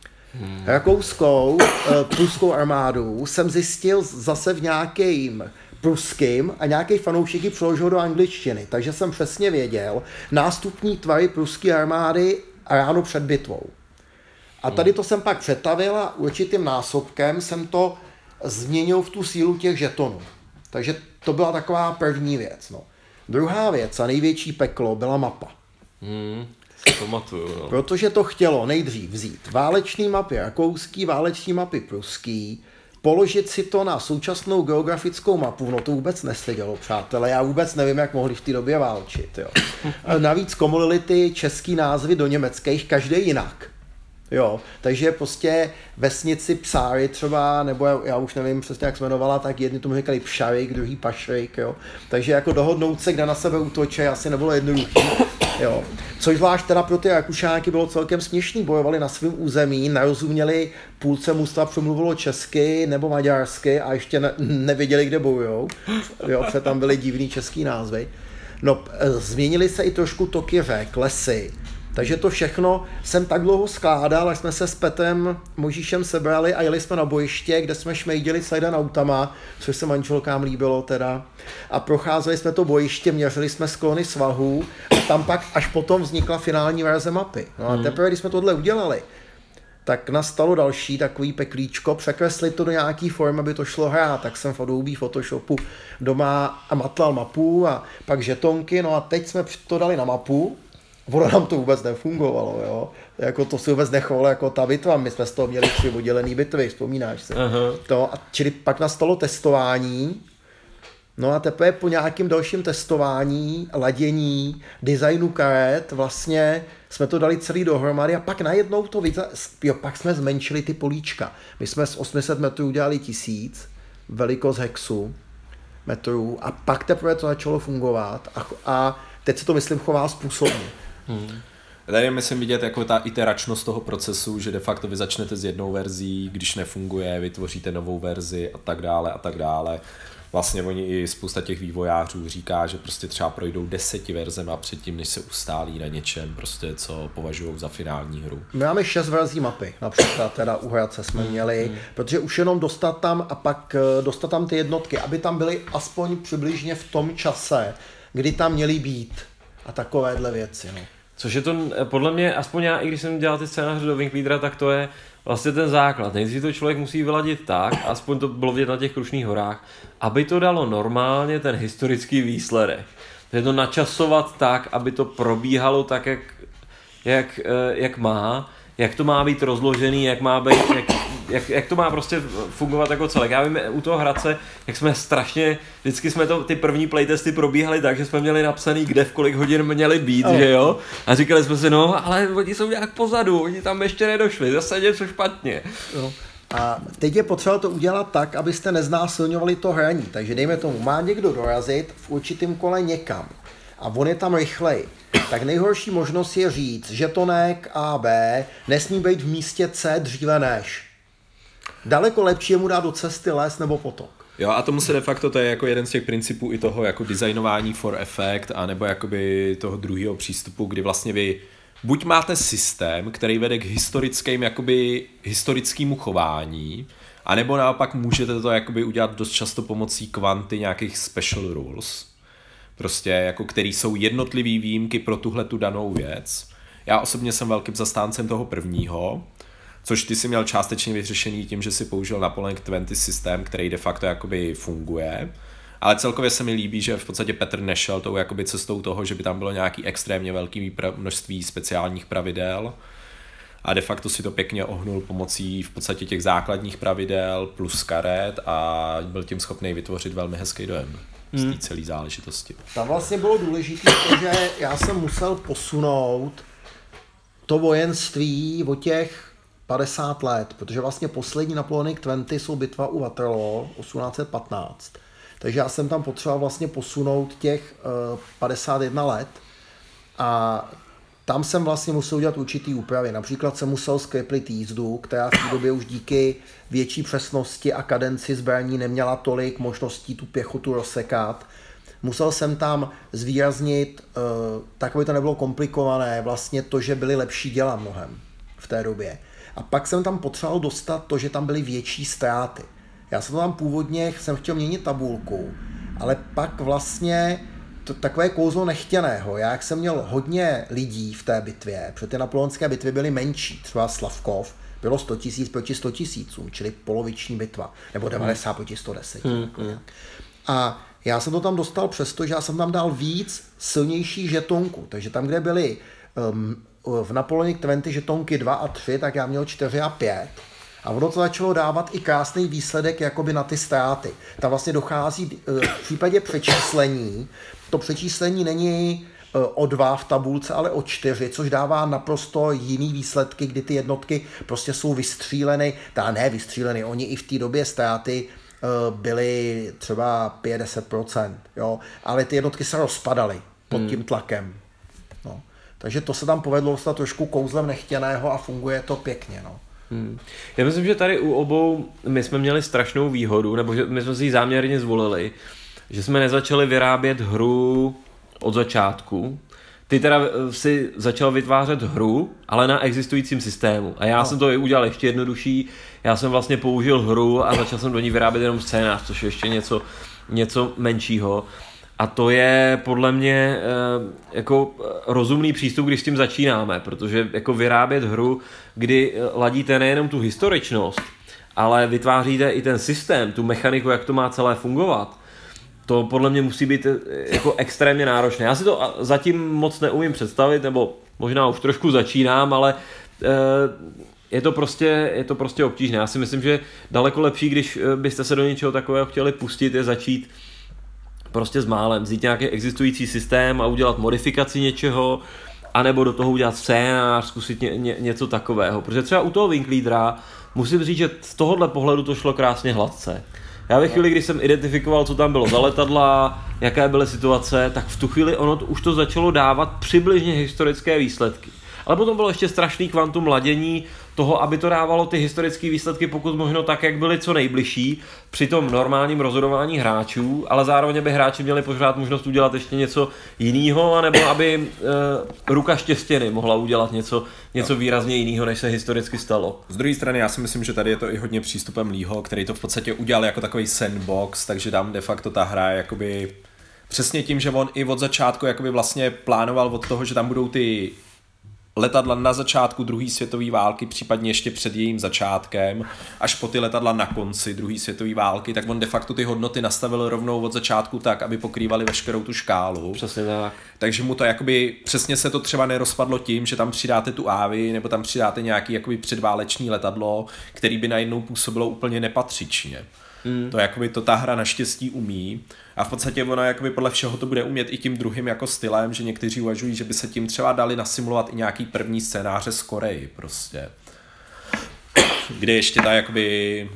Rakouskou, pruskou armádu jsem zjistil zase v nějakým pruským a nějaký fanoušek ji přeložil do angličtiny, takže jsem přesně věděl nástupní tvary pruské armády ráno před bitvou. A tady to jsem pak přetavil a určitým násobkem jsem to změnil v tu sílu těch žetonů. Takže to byla taková první věc. No. Druhá věc a největší peklo byla mapa.
Pamatuju, no.
Protože to chtělo nejdřív vzít válečný mapy rakouský, váleční mapy pruský, položit si to na současnou geografickou mapu, no to vůbec nesedělo, přátelé, já vůbec nevím, jak mohli v té době válčit, jo. Navíc komolili ty český názvy do německých, každý jinak, jo, takže prostě vesnici Psáry třeba, nebo já už nevím přesně, jak se jmenovala, tak jedni tomu říkali Pšarik, druhý Pašrik, jo, takže jako dohodnout se, kde na sebe útočí, asi nebylo jednoduché. Jo. Což zvlášť teda pro ty Rakušáky bylo celkem směšný, bojovali na svém území, nerozuměli, půlce mužstva přemluvilo česky nebo maďarsky a ještě nevěděli, kde bojujou, jo, protože tam byly divný český názvy. No, změnili se i trošku toky řek, lesy, takže to všechno jsem tak dlouho skládal, až jsme se s Petrem Možíšem sebrali a jeli jsme na bojiště, kde jsme šmejdili celý den autama, což se manželkám líbilo teda. A procházeli jsme to bojiště, měřili jsme sklony svahů a tam pak až potom vznikla finální verze mapy. No a teprve, když jsme tohle udělali, tak nastalo další takový peklíčko, překreslit to do nějaký formy, aby to šlo hrát, tak jsem v Adobe Photoshopu doma a matlal mapu a pak žetonky, no a teď jsme to dali na mapu. Ono nám to vůbec nefungovalo, jo. Jako to si vůbec nechovalo jako ta bitva, my jsme z toho měli 3 oddělený bitvy, vzpomínáš si. To, a čili pak nastalo testování, no a teprve po nějakým dalším testování, ladění, designu karet, vlastně jsme to dali celý dohromady a pak najednou to pak jsme zmenšili ty políčka. My jsme z 800 metrů udělali 1000, velikost hexu metrů a pak teprve to začalo fungovat a teď se to, myslím, chová způsobně.
Tady je, myslím, vidět jako ta iteračnost toho procesu, že de facto vy začnete s jednou verzí, když nefunguje, vytvoříte novou verzi a tak dále a tak dále. Vlastně oni i spousta těch vývojářů říká, že prostě třeba projdou 10 verzema předtím, než se ustálí na něčem, prostě co považují za finální hru.
My máme 6 verzí mapy, například teda u Hradce jsme měli, protože už jenom dostat tam a pak dostat tam ty jednotky, aby tam byly aspoň přibližně v tom čase, kdy tam měly být. a takovéhle věci. No.
Což je to, podle mě, aspoň já, i když jsem dělal ty scénáře do Wing Leadera, tak to je vlastně ten základ. Nejdřív to člověk musí vyladit tak, aspoň to bylo vidět na těch Krušných horách, aby to dalo normálně ten historický výsledek. Je to načasovat tak, aby to probíhalo tak, jak má, jak to má být rozložený, jak má být, jak to má prostě fungovat jako celek. Já vím, u toho Hradce, jak jsme strašně, vždycky jsme ty první playtesty probíhali tak, že jsme měli napsaný, kde v kolik hodin měli být, že jo? A říkali jsme si, no, ale oni jsou nějak pozadu, oni tam ještě nedošli, zase něco špatně.
Jo. A teď je potřeba to udělat tak, abyste neznásilňovali to hraní. Takže dejme tomu, má někdo dorazit v určitém kole někam a on je tam rychlej. Tak nejhorší možnost je říct, žetonek A, B nesmí být v místě C dříve než. Daleko lepší je mu dát do cesty les nebo potok.
Jo, a tomu se de facto, to je jako jeden z těch principů i toho jako designování for effect, anebo jakoby toho druhého přístupu, kdy vlastně vy buď máte systém, který vede k historickému chování, anebo naopak můžete to jakoby udělat dost často pomocí kvanty nějakých special rules, prostě jako který jsou jednotlivý výjimky pro tuhletu danou věc. Já osobně jsem velkým zastáncem toho prvního, což ty si měl částečně vyřešený tím, že si použil Napoleon 20 systém, který de facto jakoby funguje. Ale celkově se mi líbí, že v podstatě Petr nešel tou jakoby cestou toho, že by tam bylo nějaký extrémně velký množství speciálních pravidel a de facto si to pěkně ohnul pomocí v podstatě těch základních pravidel plus karet a byl tím schopný vytvořit velmi hezký dojem z té celé záležitosti.
Tam vlastně bylo důležité, že já jsem musel posunout to vojenství o těch 50 let, protože vlastně poslední Napoleonic 20 jsou bitva u Waterloo 1815. Takže já jsem tam potřeboval vlastně posunout těch 51 let a tam jsem vlastně musel udělat určitý úpravy. Například jsem musel skriplit jízdu, která v té době už díky větší přesnosti a kadenci zbraní neměla tolik možností tu pěchotu rozsekat. Musel jsem tam zvýraznit, tak aby to nebylo komplikované, vlastně to, že byly lepší děla mnohem v té době. A pak jsem tam potřeboval dostat to, že tam byly větší ztráty. Já jsem tam původně chtěl měnit tabulku, ale pak vlastně to takové kouzlo nechtěného. Já jak jsem měl hodně lidí v té bitvě, protože ty napoleonské bitvy byly menší, třeba Slavkov bylo 100 000 proti 100 000, čili poloviční bitva, nebo 90 proti 110. A já jsem to tam dostal přesto, že já jsem tam dal víc silnějších žetonků, takže tam, kde byly v Napoleonic 20 žetonky 2 a 3, tak já měl 4 a 5. A ono to začalo dávat i krásný výsledek jakoby na ty ztráty. Tam vlastně dochází v případě přečíslení, to přečíslení není o 2 v tabulce, ale o 4, což dává naprosto jiný výsledky, kdy ty jednotky prostě jsou vystříleny, oni i v té době ztráty byly třeba 50%, jo, ale ty jednotky se rozpadaly pod tím tlakem. No. Takže to se tam povedlo dostat trošku kouzlem nechtěného a funguje to pěkně, no.
Já myslím, že tady u obou my jsme měli strašnou výhodu, nebo že my jsme si ji záměrně zvolili, že jsme nezačali vyrábět hru od začátku. Ty teda si začal vytvářet hru, ale na existujícím systému. A já jsem to udělal ještě jednodušší. Já jsem vlastně použil hru a začal jsem do ní vyrábět jenom scénář, což je ještě něco menšího. A to je podle mě jako rozumný přístup, když s tím začínáme, protože jako vyrábět hru, kdy ladíte nejenom tu historičnost, ale vytváříte i ten systém, tu mechaniku, jak to má celé fungovat, to podle mě musí být jako extrémně náročné. Já si to zatím moc neumím představit, nebo možná už trošku začínám, ale je to prostě obtížné. Já si myslím, že daleko lepší, když byste se do něčeho takového chtěli pustit, je začít prostě s málem, vzít nějaký existující systém a udělat modifikaci něčeho, anebo do toho udělat scénář, zkusit něco takového. Protože třeba u toho Wing Leadera musím říct, že z tohohle pohledu to šlo krásně hladce. Já ve chvíli, kdy jsem identifikoval, co tam bylo za letadla, jaké byly situace, tak v tu chvíli už to začalo dávat přibližně historické výsledky. Ale potom bylo ještě strašný kvantum ladění toho, aby to dávalo ty historické výsledky pokud možno tak, jak byly co nejbližší při tom normálním rozhodování hráčů, ale zároveň by hráči měli pořád možnost udělat ještě něco jiného, anebo aby ruka štěstěny mohla udělat něco výrazně jiného, než se historicky stalo.
Z druhé strany já si myslím, že tady je to i hodně přístupem Leeho, který to v podstatě udělal jako takový sandbox, takže tam de facto ta hra je jakoby přesně tím, že on i od začátku jakoby vlastně plánoval od toho, že tam budou ty letadla na začátku druhé světové války, případně ještě před jejím začátkem, až po ty letadla na konci druhé světové války, tak on de facto ty hodnoty nastavil rovnou od začátku tak, aby pokrývali veškerou tu škálu.
Přesně tak.
Takže mu to jakoby, přesně se to třeba nerozpadlo tím, že tam přidáte tu Avi, nebo tam přidáte nějaký jakoby předváleční letadlo, který by najednou působilo úplně nepatřičně. To jakoby to ta hra naštěstí umí a v podstatě ono jakoby podle všeho to bude umět i tím druhým jako stylem, že někteří uvažují, že by se tím třeba dali nasimulovat i nějaký první scénáře z Koreji prostě. Kde ještě ta jakoby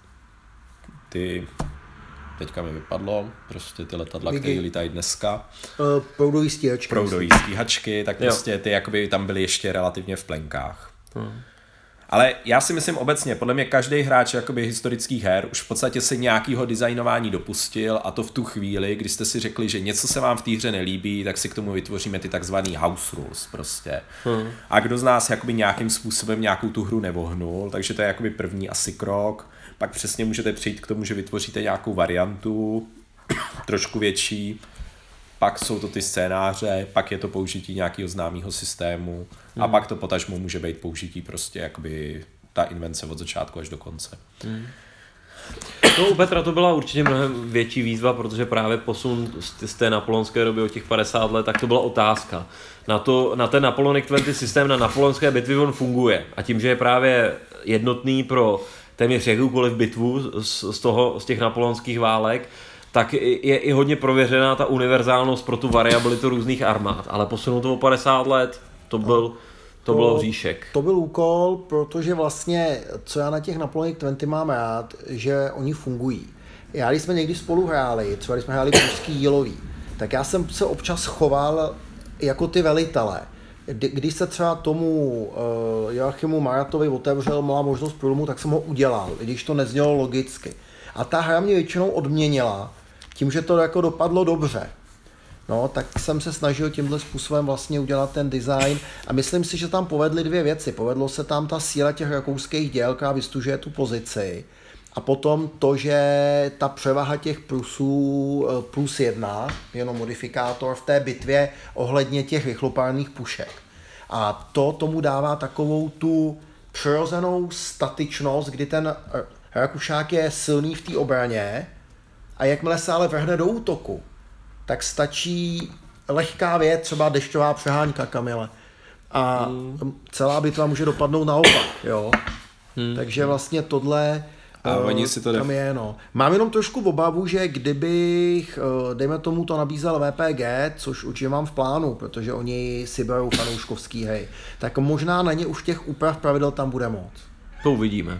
ty teďka mi vypadlo, prostě ty letadla, které lítají dneska.
Proudový stíhačky.
Proudový stíhačky, tak prostě ty jakoby tam byly ještě relativně v plenkách. Ale já si myslím obecně, podle mě každý hráč jakoby historických her už v podstatě se nějakého designování dopustil a to v tu chvíli, kdy jste si řekli, že něco se vám v té hře nelíbí, tak si k tomu vytvoříme ty takzvaný house rules prostě. A kdo z nás jakoby nějakým způsobem nějakou tu hru nevohnul, takže to je jakoby první asi krok. Pak přesně můžete přijít k tomu, že vytvoříte nějakou variantu, trošku větší, pak jsou to ty scénáře, pak je to použití nějakého známého systému a pak to potažmo může být použití prostě jakoby ta invence od začátku až do konce.
No u Petra to byla určitě mnohem větší výzva, protože právě posun z té napoleonské doby o těch 50 let, tak to byla otázka. Na ten Napoleonic 20 systém na napoleonské bitvy on funguje a tím, že je právě jednotný pro téměř jakoukoliv bitvu z těch napoleonských válek, tak je i hodně prověřená ta univerzálnost pro tu variabilitu různých armád, ale posunout to o 50 let, to bylo hříšek.
To byl úkol, protože vlastně, co já na těch Napoleonic 20 mám rád, že oni fungují. Já, když jsme někdy spolu hráli, třeba když jsme hráli pruský jílový, tak já jsem se občas choval jako ty velitelé. Když se třeba tomu Joachimu Maratovi otevřel malá možnost průlomu, tak jsem ho udělal, i když to neznělo logicky. A ta hra mě většinou odměnila tím, že to jako dopadlo dobře. No, tak jsem se snažil tímhle způsobem vlastně udělat ten design a myslím si, že tam povedly dvě věci. Povedlo se tam ta síla těch rakouských děl, která vystužuje tu pozici a potom to, že ta převaha těch Prusů +1, jenom modifikátor v té bitvě ohledně těch rychlopárných pušek. A to tomu dává takovou tu přirozenou statičnost, kdy ten Rakušák je silný v té obraně a jakmile se ale vrhne do útoku, tak stačí lehká věc, třeba dešťová přehánka Kamile. A celá bitva může dopadnout naopak, jo. Takže vlastně tohle
oni si to
tam je, no. Mám jenom trošku obavu, že kdybych, dejme tomu, to nabízel VPG, což určitě mám v plánu, protože oni si berou fanouškovský hej, tak možná na ně už těch úprav pravidel tam bude moc.
To uvidíme.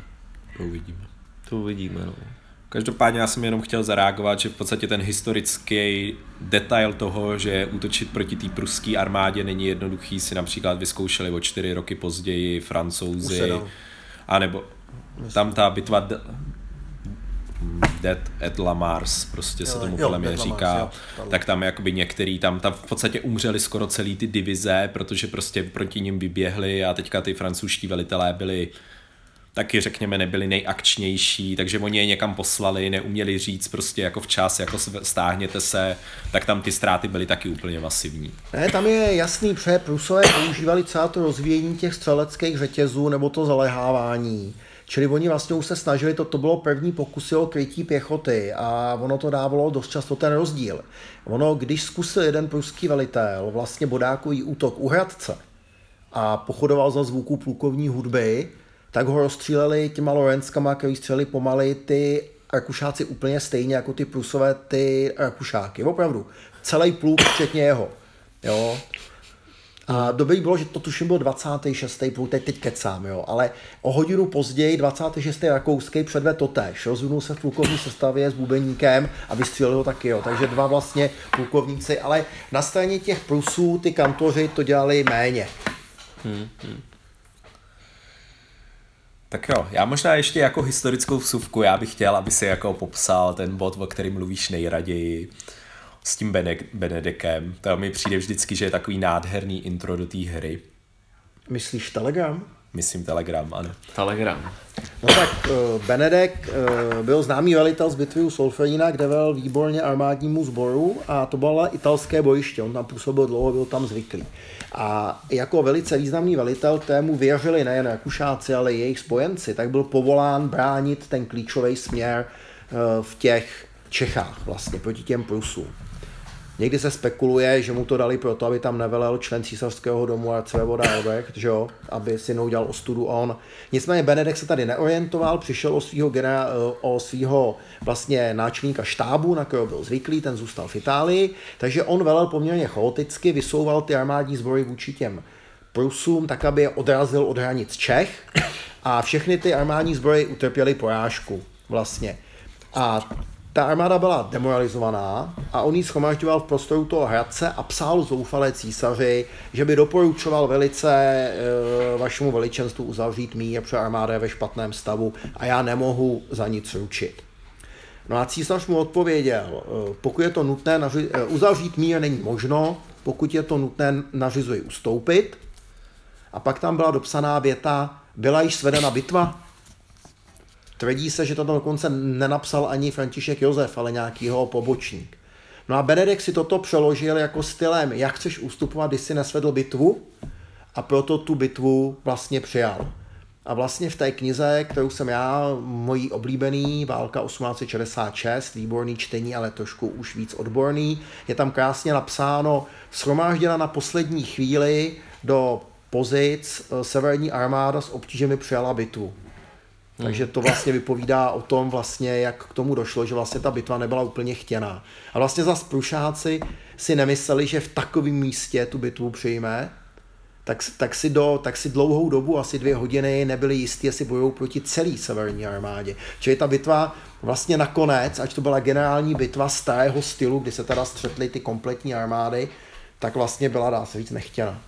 To uvidíme, no. Každopádně já jsem jenom chtěl zareagovat, že v podstatě ten historický detail toho, že útočit proti té pruské armádě není jednoduchý, si například vyzkoušeli o 4 roky později Francouzi, anebo tam ta bitva Dead at La Mars, prostě se tomu podle mě říká, tak tam jakoby některý, tam v podstatě umřeli skoro celý ty divize, protože prostě proti nim vyběhli a teďka ty francouzští velitelé byli taky řekněme nebyli nejakčnější, takže oni je někam poslali, neuměli říct prostě jako včas, jako stáhněte se, tak tam ty ztráty byly taky úplně masivní.
Ne, tam je jasný, protože Prusové používali celá to rozvíjení těch střeleckých řetězů nebo to zalehávání. Čili oni vlastně už se snažili, to bylo první pokusy o krytí pěchoty a ono to dávalo dost často ten rozdíl. Ono, když zkusil jeden pruský velitel vlastně bodákový útok u Hradce a pochodoval za zvuků plukovní hudby, tak ho rozstříleli těma Lorenskama, který střelili pomaly ty Rakušáci úplně stejně jako ty Prusové ty Rakušáky. Opravdu. Celý pluk, včetně jeho. Jo. A dobrý bylo, že to tuším byl 26. pluk, teď kecám, jo. Ale o hodinu později 26. rakouský předvedl totéž. Rozvinul se v plukovní sestavě s bubeníkem a vystřelil ho taky, jo. Takže dva vlastně plukovníci, ale na straně těch Prusů ty kantoři to dělali méně.
Tak jo, já možná ještě jako historickou vsuvku, já bych chtěl, aby si jako popsal ten bod, o kterém mluvíš nejraději s tím Benedekem. To mi přijde vždycky, že je takový nádherný intro do té hry.
Myslíš Telegram?
Myslím Telegram, ano.
Telegram.
No tak Benedek byl známý velitel z bitvy u Solferina, kde velel výborně armádnímu sboru a to bylo italské bojiště, on tam působil dlouho, byl tam zvyklý. A jako velice významný velitel, kterému věřili nejen Rakušáci, ale i jejich spojenci, tak byl povolán bránit ten klíčový směr v těch Čechách vlastně proti těm Prusům. Někdy se spekuluje, že mu to dali proto, aby tam nevelel člen císařského domu arcivévoda Albrecht, že jo, aby si neudělal ostudu on. Nicméně Benedek se tady neorientoval, přišel o svého vlastně náčelníka štábu, na kterého byl zvyklý, ten zůstal v Itálii, takže on velel poměrně chaoticky, vysouval ty armádní sbory vůči těm Prusům, tak aby je odrazil od hranic Čech a všechny ty armádní sbory utrpěly porážku vlastně. A ta armáda byla demoralizovaná a on ji shromažďoval v prostoru toho hradce a psal zoufalé císaři, že by doporučoval velice vašemu veličenstvu uzavřít mír, protože armáda je ve špatném stavu a já nemohu za nic ručit. No a císař mu odpověděl, pokud je to nutné, uzavřít mír není možno, pokud je to nutné, nařizuji ustoupit. A pak tam byla dopsaná věta, byla již svedena bitva. Tvrdí se, že to dokonce nenapsal ani František Josef, ale nějaký jeho pobočník. No a Benedek si toto přeložil jako stylem, jak chceš ustupovat, když si nesvedl bitvu, a proto tu bitvu vlastně přijal. A vlastně v té knize, kterou jsem já, mojí oblíbený, Válka 1866, výborný čtení, ale trošku už víc odborný, je tam krásně napsáno, shromážděna na poslední chvíli do pozic severní armáda s obtížemi přijala bitvu. Takže to vlastně vypovídá o tom vlastně, jak k tomu došlo, že vlastně ta bitva nebyla úplně chtěná. A vlastně zas Prušáci si nemysleli, že v takovém místě tu bitvu přijme, tak si dlouhou dobu, asi 2 hodiny, nebyli jistí, jestli bojou proti celé severní armádě. Čili ta bitva vlastně nakonec, ať to byla generální bitva starého stylu, kdy se teda střetly ty kompletní armády, tak vlastně byla, dá se říct, nechtěná.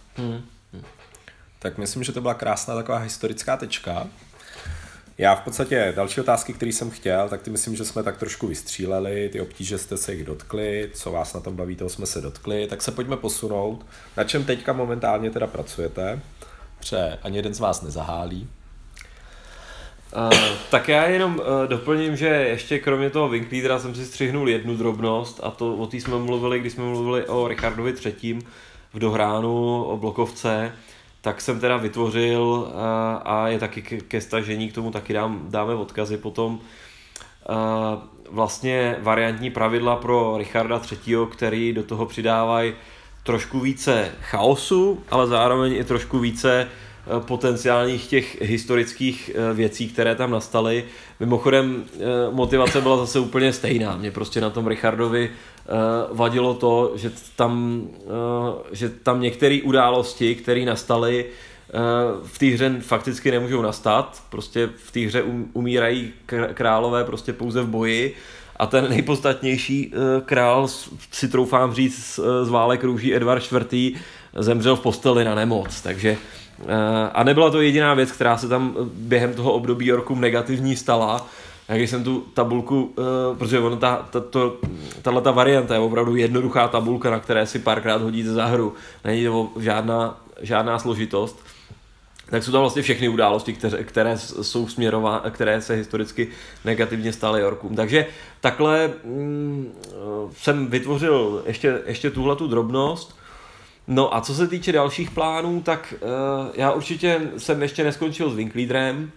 Tak myslím, že to byla krásná taková historická tečka. Já v podstatě další otázky, které jsem chtěl, tak ty myslím, že jsme tak trošku vystříleli, ty obtíže jste se jich dotkli, co vás na tom baví, toho jsme se dotkli, tak se pojďme posunout. Na čem teďka momentálně teda pracujete? Protože ani jeden z vás nezahálí.
Tak já jenom doplním, že ještě kromě toho Winkleadera jsem si střihnul jednu drobnost a to o té jsme mluvili, když jsme mluvili o Richardovi III. V Dohránu, o blokovce, tak jsem teda vytvořil a je taky ke stažení, k tomu taky dáme odkazy potom, vlastně variantní pravidla pro Richarda III., který do toho přidávají trošku více chaosu, ale zároveň i trošku více potenciálních těch historických věcí, které tam nastaly. Mimochodem motivace byla zase úplně stejná. Mě prostě na tom Richardovi vadilo to, že tam některé události, které nastaly, v té hře fakticky nemůžou nastat. Prostě v té hře umírají králové prostě pouze v boji a ten nejpodstatnější král, si troufám říct, z válek růží Edvard IV. Zemřel v posteli na nemoc, takže a nebyla to jediná věc, která se tam během toho období Yorkum negativní stala. A když jsem tu tabulku, protože tato varianta je opravdu jednoduchá tabulka, na které si párkrát hodíte za hru, není to žádná složitost, tak jsou tam vlastně všechny události, které se historicky negativně staly Yorkum. Takže takhle jsem vytvořil ještě tuhletu drobnost. No a co se týče dalších plánů, tak já určitě jsem ještě neskončil s Winkleaderem.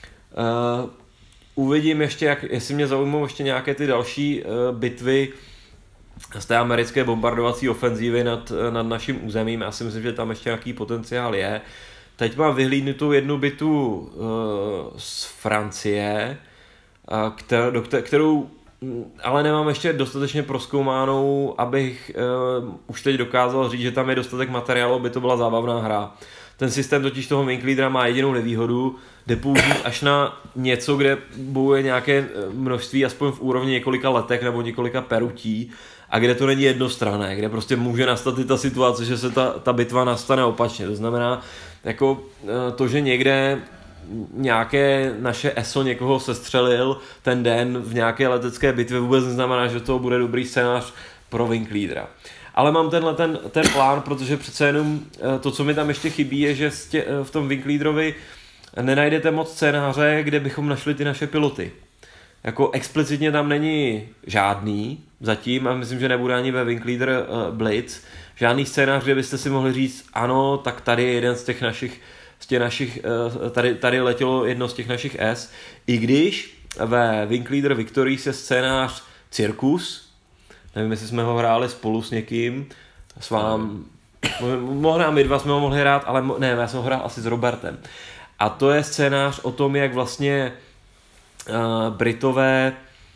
Uvidím ještě, jestli mě zaujmou ještě nějaké ty další bitvy z té americké bombardovací ofenzívy nad naším územím. Já si myslím, že tam ještě nějaký potenciál je. Teď mám vyhlídnutou jednu bitvu z Francie, kterou ale nemám ještě dostatečně prozkoumánou, abych už teď dokázal říct, že tam je dostatek materiálu, aby to byla zábavná hra. Ten systém totiž toho Winkleadera má jedinou nevýhodu, jde použít až na něco, kde bojuje nějaké množství, aspoň v úrovni několika letek nebo několika perutí, a kde to není jednostranné, kde prostě může nastat i ta situace, že se ta bitva nastane opačně. To znamená, jako to, že někde nějaké naše ESO někoho sestřelil ten den v nějaké letecké bitvě, vůbec neznamená, že to bude dobrý scénář pro Winkleadera. ale mám ten plán, protože přece jenom to, co mi tam ještě chybí, je, že v tom Winkleaderovi nenajdete moc scénáře, kde bychom našli ty naše piloty. Jako explicitně tam není žádný zatím a myslím, že nebude ani ve Winkleader Blitz žádný scénář, kde byste si mohli říct, ano, tak tady je jeden z těch našich tady letělo jedno z těch našich S, i když ve Winkleader Victory se scénář Cirkus, nevím, jestli jsme ho hráli spolu s někým, s vám, možná my dva jsme ho mohli hrát, ale ne, já jsem ho hrál asi s Robertem. A to je scénář o tom, jak vlastně Britové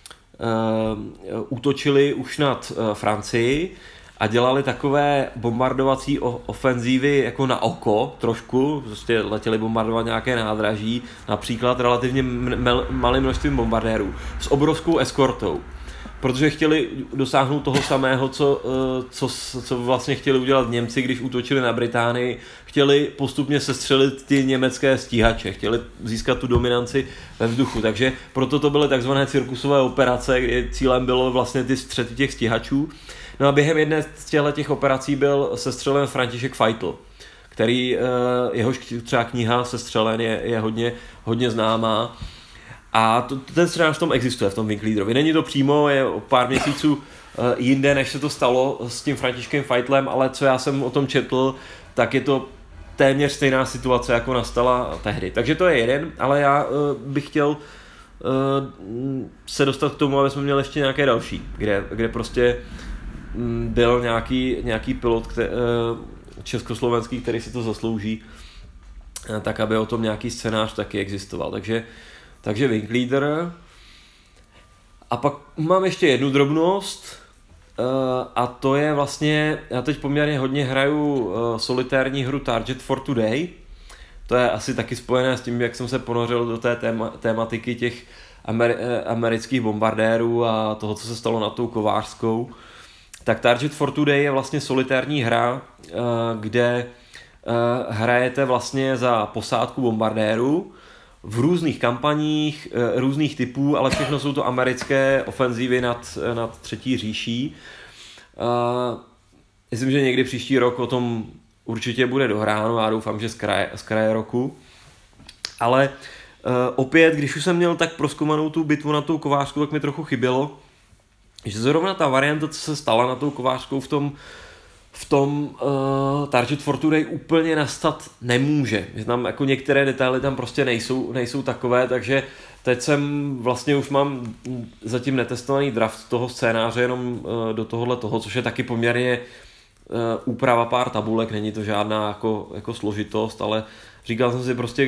útočili už nad Francii a dělali takové bombardovací ofenzívy jako na oko trošku, prostě letěli bombardovat nějaké nádraží, například relativně malým množstvím bombardérů s obrovskou eskortou, protože chtěli dosáhnout toho samého, co vlastně chtěli udělat Němci, když útočili na Británii. Chtěli postupně sestřelit ty německé stíhače, chtěli získat tu dominanci ve vzduchu, takže proto to byly takzvané cirkusové operace, kde cílem bylo vlastně ty střety těch stíhačů. No a během jedné z těch operací byl sestřelen František Feitel, který, jehož třeba kniha Sestřelen je hodně známá. A ten scénář v tom existuje, v tom Winkleaderovi. Není to přímo, je o pár měsíců jinde, než se to stalo s tím Františkem Feitelem, ale co já jsem o tom četl, tak je to téměř stejná situace, jako nastala tehdy. Takže to je jeden, ale já bych chtěl se dostat k tomu, aby jsme měli ještě nějaké další, kde prostě byl nějaký pilot československý, který si to zaslouží, tak aby o tom nějaký scénář taky existoval. Takže Winkleader. A pak mám ještě jednu drobnost a to je vlastně, já teď poměrně hodně hraju solitérní hru Target for Today. To je asi taky spojené s tím, jak jsem se ponořil do té tématiky těch amerických bombardérů a toho, co se stalo nad tou Kovářskou. Tak Target for Today je vlastně solitérní hra, kde hrajete vlastně za posádku bombardérů v různých kampaních, různých typů, ale všechno jsou to americké ofenzívy nad Třetí říší. Myslím, že někdy příští rok o tom určitě bude dohráno, já doufám, že z kraje roku. Ale opět, když už jsem měl tak prozkoumanou tu bitvu na tou Kovářskou, tak mi trochu chybělo, že zrovna ta varianta, co se stala na tou Kovářskou v tom Target for Today úplně nastat nemůže. Že tam jako některé detaily tam prostě nejsou takové, takže teď vlastně už mám zatím netestovaný draft toho scénáře jenom do toho, což je taky poměrně úprava pár tabulek, není to žádná jako složitost, ale říkal jsem si prostě,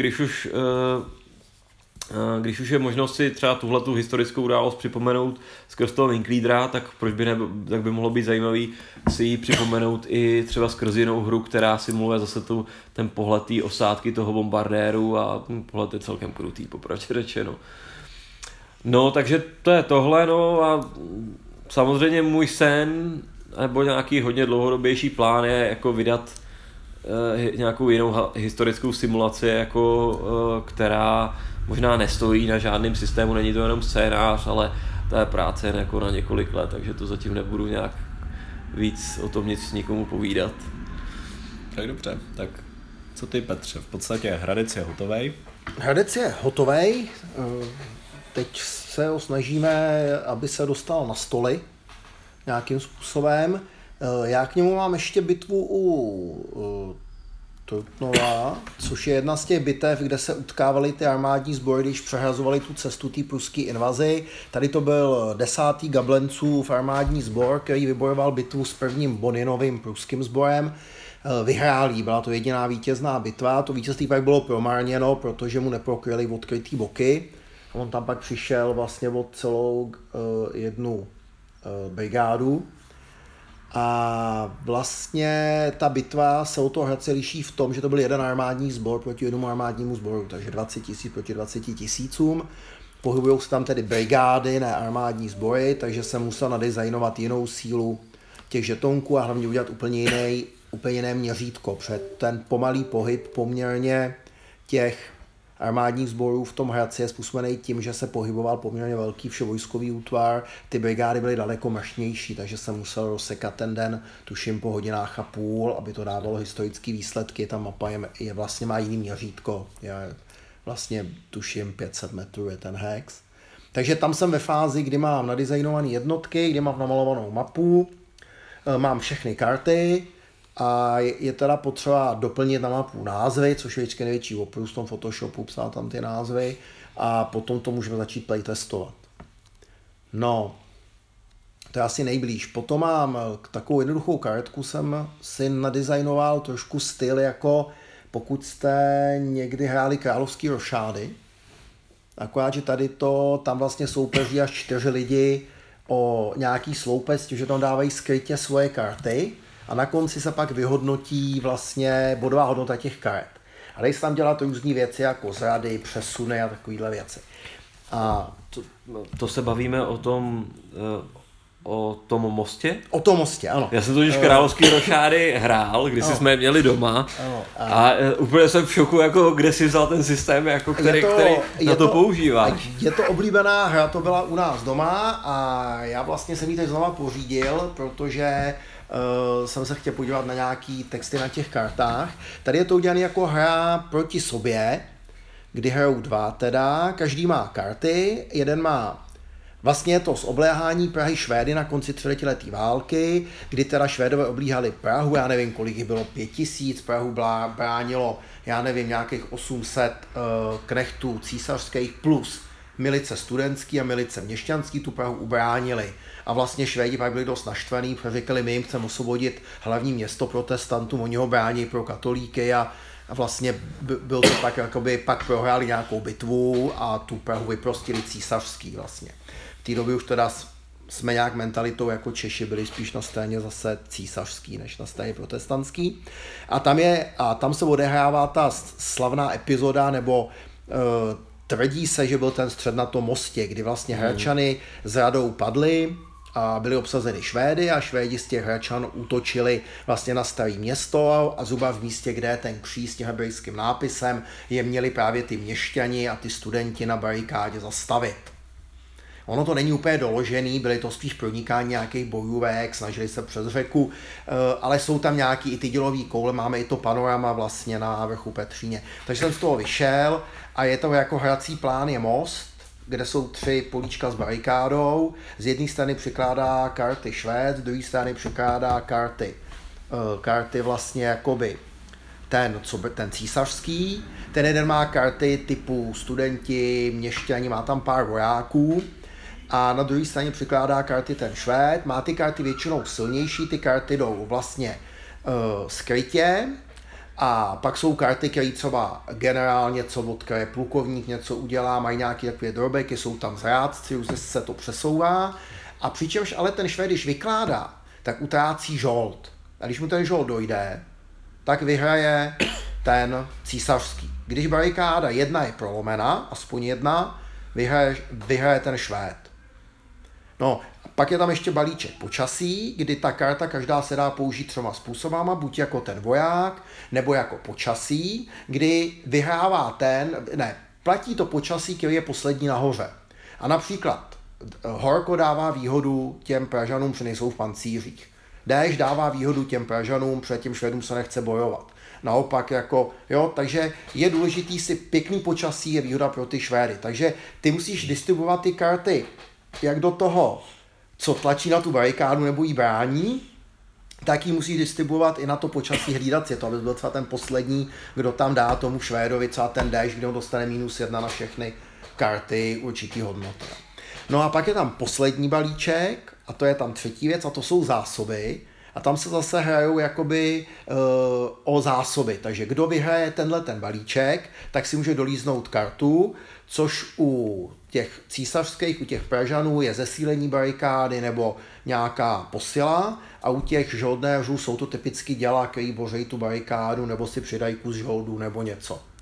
když už je možnost si třeba tuhletu historickou událost připomenout skrz toho Winkleadera, tak tak by mohlo být zajímavý si ji připomenout i třeba skrz jinou hru, která simuluje zase ten pohled té osádky toho bombardéru a ten pohled je celkem krutý, popravdě řečeno. No, takže to je tohle, no a samozřejmě můj sen, nebo nějaký hodně dlouhodobější plán je jako vydat nějakou jinou historickou simulaci, která možná nestojí na žádném systému, není to jenom scénář, ale ta je práce jako na několik let, takže to zatím nebudu nějak víc o tom nic nikomu povídat.
Tak dobře, tak co ty, Petře? V podstatě Hradec je hotovej.
Hradec je hotovej, teď se ho snažíme, aby se dostal na stoly nějakým způsobem. Já k němu mám ještě bitvu u Trutnova, což je jedna z těch bitev, kde se utkávaly ty armádní sbory, když přehrazovali tu cestu té pruské invazi. Tady to byl 10. Gablencův armádní sbor, který vybojoval bitvu s prvním Boninovým pruským sborem. Vyhrál jí, byla to jediná vítězná bitva. To vítězství pak bylo promarněno, protože mu neprokryly odkrytý boky. On tam pak přišel vlastně od celou jednu brigádu. A vlastně ta bitva se od toho Hradce liší v tom, že to byl jeden armádní sbor proti jednomu armádnímu sboru, takže 20 000 proti 20 000. Pohybují se tam tedy brigády, ne armádní sbory, takže jsem musel nadizajnovat jinou sílu těch žetonků a hlavně udělat úplně jiné měřítko. Před ten pomalý pohyb poměrně těch armádních sborů v tom Hradci je způsobený tím, že se pohyboval poměrně velký vševojskový útvar, ty brigády byly daleko mašnější, takže se musel rozsekat ten den, tuším po hodinách a půl, aby to dávalo historické výsledky, ta mapa je vlastně má jiný měřítko, je vlastně tuším 500 metrů je ten hex. Takže tam jsem ve fázi, kdy mám nadizajnované jednotky, kdy mám namalovanou mapu, mám všechny karty, a je teda potřeba doplnit na mapu názvy, což je vždycky největší oprus v tom Photoshopu, psát tam ty názvy a potom to můžeme začít playtestovat. No, to je asi nejblíž. Potom mám takovou jednoduchou kartku, jsem si nadizajnoval trošku styl jako pokud jste někdy hráli královský rošády, akorát, že tady to, tam vlastně soupeří až 4 lidi o nějaký sloupec, že tam dávají skrytě svoje karty, a na konci se pak vyhodnotí vlastně bodová hodnota těch karet. A tady se tam dělat různé věci jako zrady, přesuny a takovéhle věci. A
to se bavíme o tom mostě?
O tom mostě, ano.
Já jsem totiž královský rošády hrál, když jsme měli doma a úplně jsem v šoku, jako kde si vzal ten systém, jako který na to používáš.
Je to oblíbená hra, to byla u nás doma a já vlastně jsem ji teď znova pořídil, protože jsem se chtěl podívat na nějaký texty na těch kartách. Tady je to udělané jako hra proti sobě, kdy hrajou 2 teda, každý má karty, jeden má, vlastně je to z obléhání Prahy Švédy na konci třicetileté války, kdy teda Švédové oblíhali Prahu, já nevím kolik jich bylo, 5000, Prahu bránilo, já nevím, nějakých 800 knechtů císařských plus milice studentský a milice měšťanský tu Prahu ubránili. A vlastně Švédi pak byli dost naštvaný, protože řekli, my jim chceme osvobodit hlavní město protestantům, oni ho brání pro katolíky a vlastně byl to tak, jakoby pak prohráli nějakou bitvu a tu Prahu vyprostili císařský vlastně. V té době už teda jsme nějak mentalitou jako Češi byli spíš na straně zase císařský, než na straně protestantský. A tam se odehrává ta slavná epizoda, nebo tvrdí se, že byl ten střed na tom mostě, kdy vlastně Hradčany s Radou padli a byli obsazeny Švédy a Švédi z těch Hradčan útočili vlastně na staré město a zhruba v místě, kde je ten kříž s tím hebrejským nápisem, je měli právě ty měšťani a ty studenti na barikádě zastavit. Ono to není úplně doložený, byly to spíš pronikání nějakých bojůvek, snažili se přes řeku, ale jsou tam nějaký i ty dělový koule, máme i to panorama vlastně na vrchu Petříně. Takže jsem z toho vyšel a je to jako hrací plán je most, kde jsou 3 políčka s barikádou. Z jedné strany přikládá karty Švéd, z druhé strany přikládá karty vlastně jakoby ten císařský. Ten jeden má karty typu studenti, měšťani, má tam pár vojáků. A na druhé straně přikládá karty ten Švéd. Má ty karty většinou silnější, ty karty jdou vlastně skrytě. A pak jsou karty, které třeba generál něco odkryje, plukovník něco udělá, mají nějaké takové drobeky, jsou tam zrádci, různě se to přesouvá. A přičemž ale ten Švéd, když vykládá, tak utrácí žolt. A když mu ten žolt dojde, tak vyhraje ten císařský. Když barikáda 1 je prolomena, aspoň 1, vyhraje ten Švéd. No, pak je tam ještě balíček počasí, kdy ta karta každá se dá použít 3 způsobama, buď jako ten voják, nebo jako počasí, kdy vyhrává platí to počasí, který je poslední nahoře. A například horko dává výhodu těm Pražanům, že nejsou v pancířích. Déšť dává výhodu těm Pražanům, před těm Švédům se nechce bojovat. Naopak takže je důležitý si pěkný počasí, je výhoda pro ty Švédy. Takže ty musíš distribuovat ty karty jak do toho, co tlačí na tu barikádu nebo jí brání, tak ji musí distribuovat i na to počasí hlídat si to, aby byl třeba ten poslední, kdo tam dá tomu Švédovi třeba ten déšť, kde on dostane -1 na všechny karty určitý hodnoty. No a pak je tam poslední balíček a to je tam 3. věc a to jsou zásoby. A tam se zase hrajou jakoby o zásoby. Takže kdo vyhraje ten balíček, tak si může dolíznout kartu, což u těch císařských, u těch Pražanů je zesílení barikády nebo nějaká posila a u těch žoldnéřů jsou to typicky děla, který bořejí tu barikádu nebo si přidají kus žoldu nebo něco.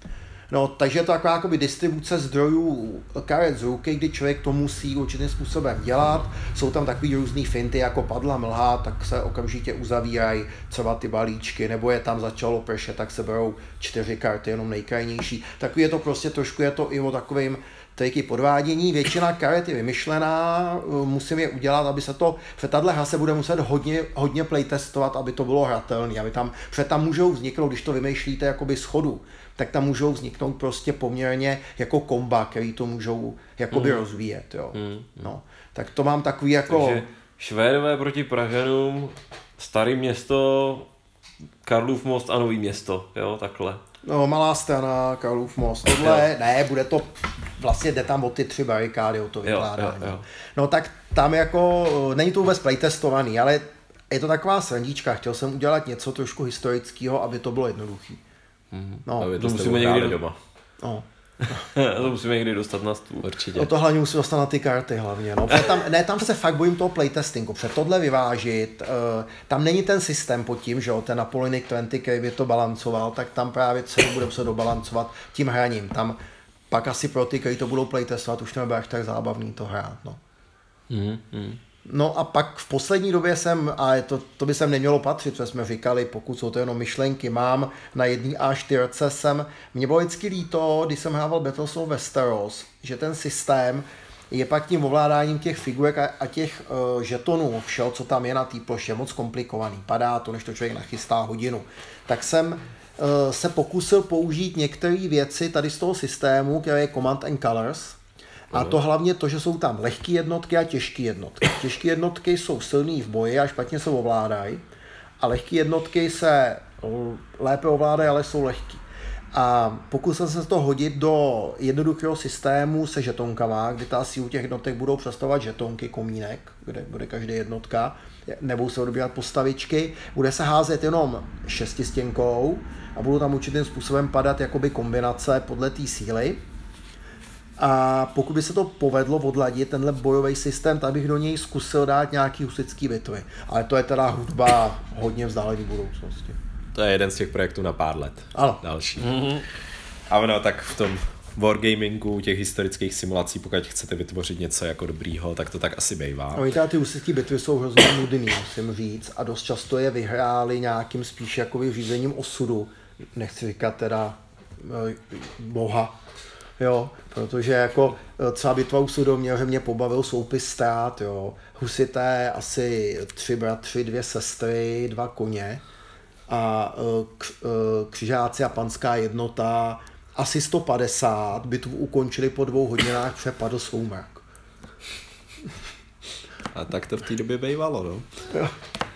No, takže je to taková jakoby distribuce zdrojů karet z ruky, kdy člověk to musí určitým způsobem dělat. Jsou tam takový různý finty jako padla mlha, tak se okamžitě uzavírají třeba ty balíčky, nebo je tam začalo pršet, tak se berou 4 karty, jenom nejkrajnější. Takový je to prostě trošku, je to i o takovým triky podvádění. Většina karet je vymyšlená, musím je udělat, aby se to, protože tahle hra se bude muset hodně playtestovat, aby to bylo hratelné, protože tam můžou vzniknout, když to vymýšlíte jakoby schodu, tak tam můžou vzniknout prostě poměrně jako komba, který to můžou jakoby rozvíjet, jo. No, tak to mám takový jako...
Takže Švédové proti Pražanům, Staré Město, Karlův Most a Nový Město, jo, takhle.
No, Malá Strana, Karlův Most, tohle, ne, bude to, vlastně jde tam o ty 3 barikády, o to vykládání.
Jo.
No tak tam jako, není to vůbec playtestovaný, ale je to taková srandička, chtěl jsem udělat něco trošku historického, aby to bylo jednoduchý.
No, aby
to musíme někdy
doma.
No.
To musíme někdy dostat na stůl.
Určitě.
No to hlavně musí dostat na ty karty hlavně. No. Tam se fakt bojím toho playtestingu, protože tohle vyvážit, tam není ten systém pod tím, že jo, ten Napoleonic 20, který by to balancoval, tak tam právě celý bude se dobalancovat tím hraním. Tam pak asi pro ty, kteří to budou playtestovat, už nebude až tak zábavný to hrát. No. No a pak v poslední době to by sem nemělo patřit, co jsme říkali, pokud jsou to jenom myšlenky, mám na jedné A4 mě bylo vždycky líto, když jsem hrával Battles of Westeros, že ten systém je pak tím ovládáním těch figurek a těch žetonů, všeho, co tam je na té ploše, moc komplikovaný, padá to, než to člověk nachystá hodinu. Tak jsem se pokusil použít některé věci tady z toho systému, který je Command and Colors. A to hlavně to, že jsou tam lehké jednotky a těžké jednotky. Těžké jednotky jsou silný v boji a špatně se ovládají. A lehké jednotky se lépe ovládají, ale jsou lehké. A pokusil jsem se to hodit do jednoduchého systému se žetonkama, kdy ta sílu těch jednotek budou představovat žetonky, komínek, kde bude každá jednotka, nebudou se odebírat postavičky, bude se házet jenom 6stěnkou a budou tam určitým způsobem padat jakoby kombinace podle té síly. A pokud by se to povedlo odladit, tenhle bojový systém, tak bych do něj zkusil dát nějaký husitský bitvy. Ale to je teda hudba hodně vzdálený budoucnosti.
To je jeden z těch projektů na pár let.
Ano.
Další. A ono tak v tom wargamingu, těch historických simulací, pokud chcete vytvořit něco jako dobrýho, tak to tak asi bývá.
No, ty husitský bitvy jsou hrozně nudný, musím říct, a dost často je vyhráli nějakým spíš jakoby řízením osudu. Nechci říkat teda boha. Jo, protože jako třeba bitva u Sudoměře mě pobavil soupis ztrát, jo. Husité asi 3 bratři, 2 sestry, 2 koně a křižáci a panská jednota asi 150, bitvu ukončili po 2 hodinách, přepadl soumrak.
A tak to v té době bývalo, no.
Jo.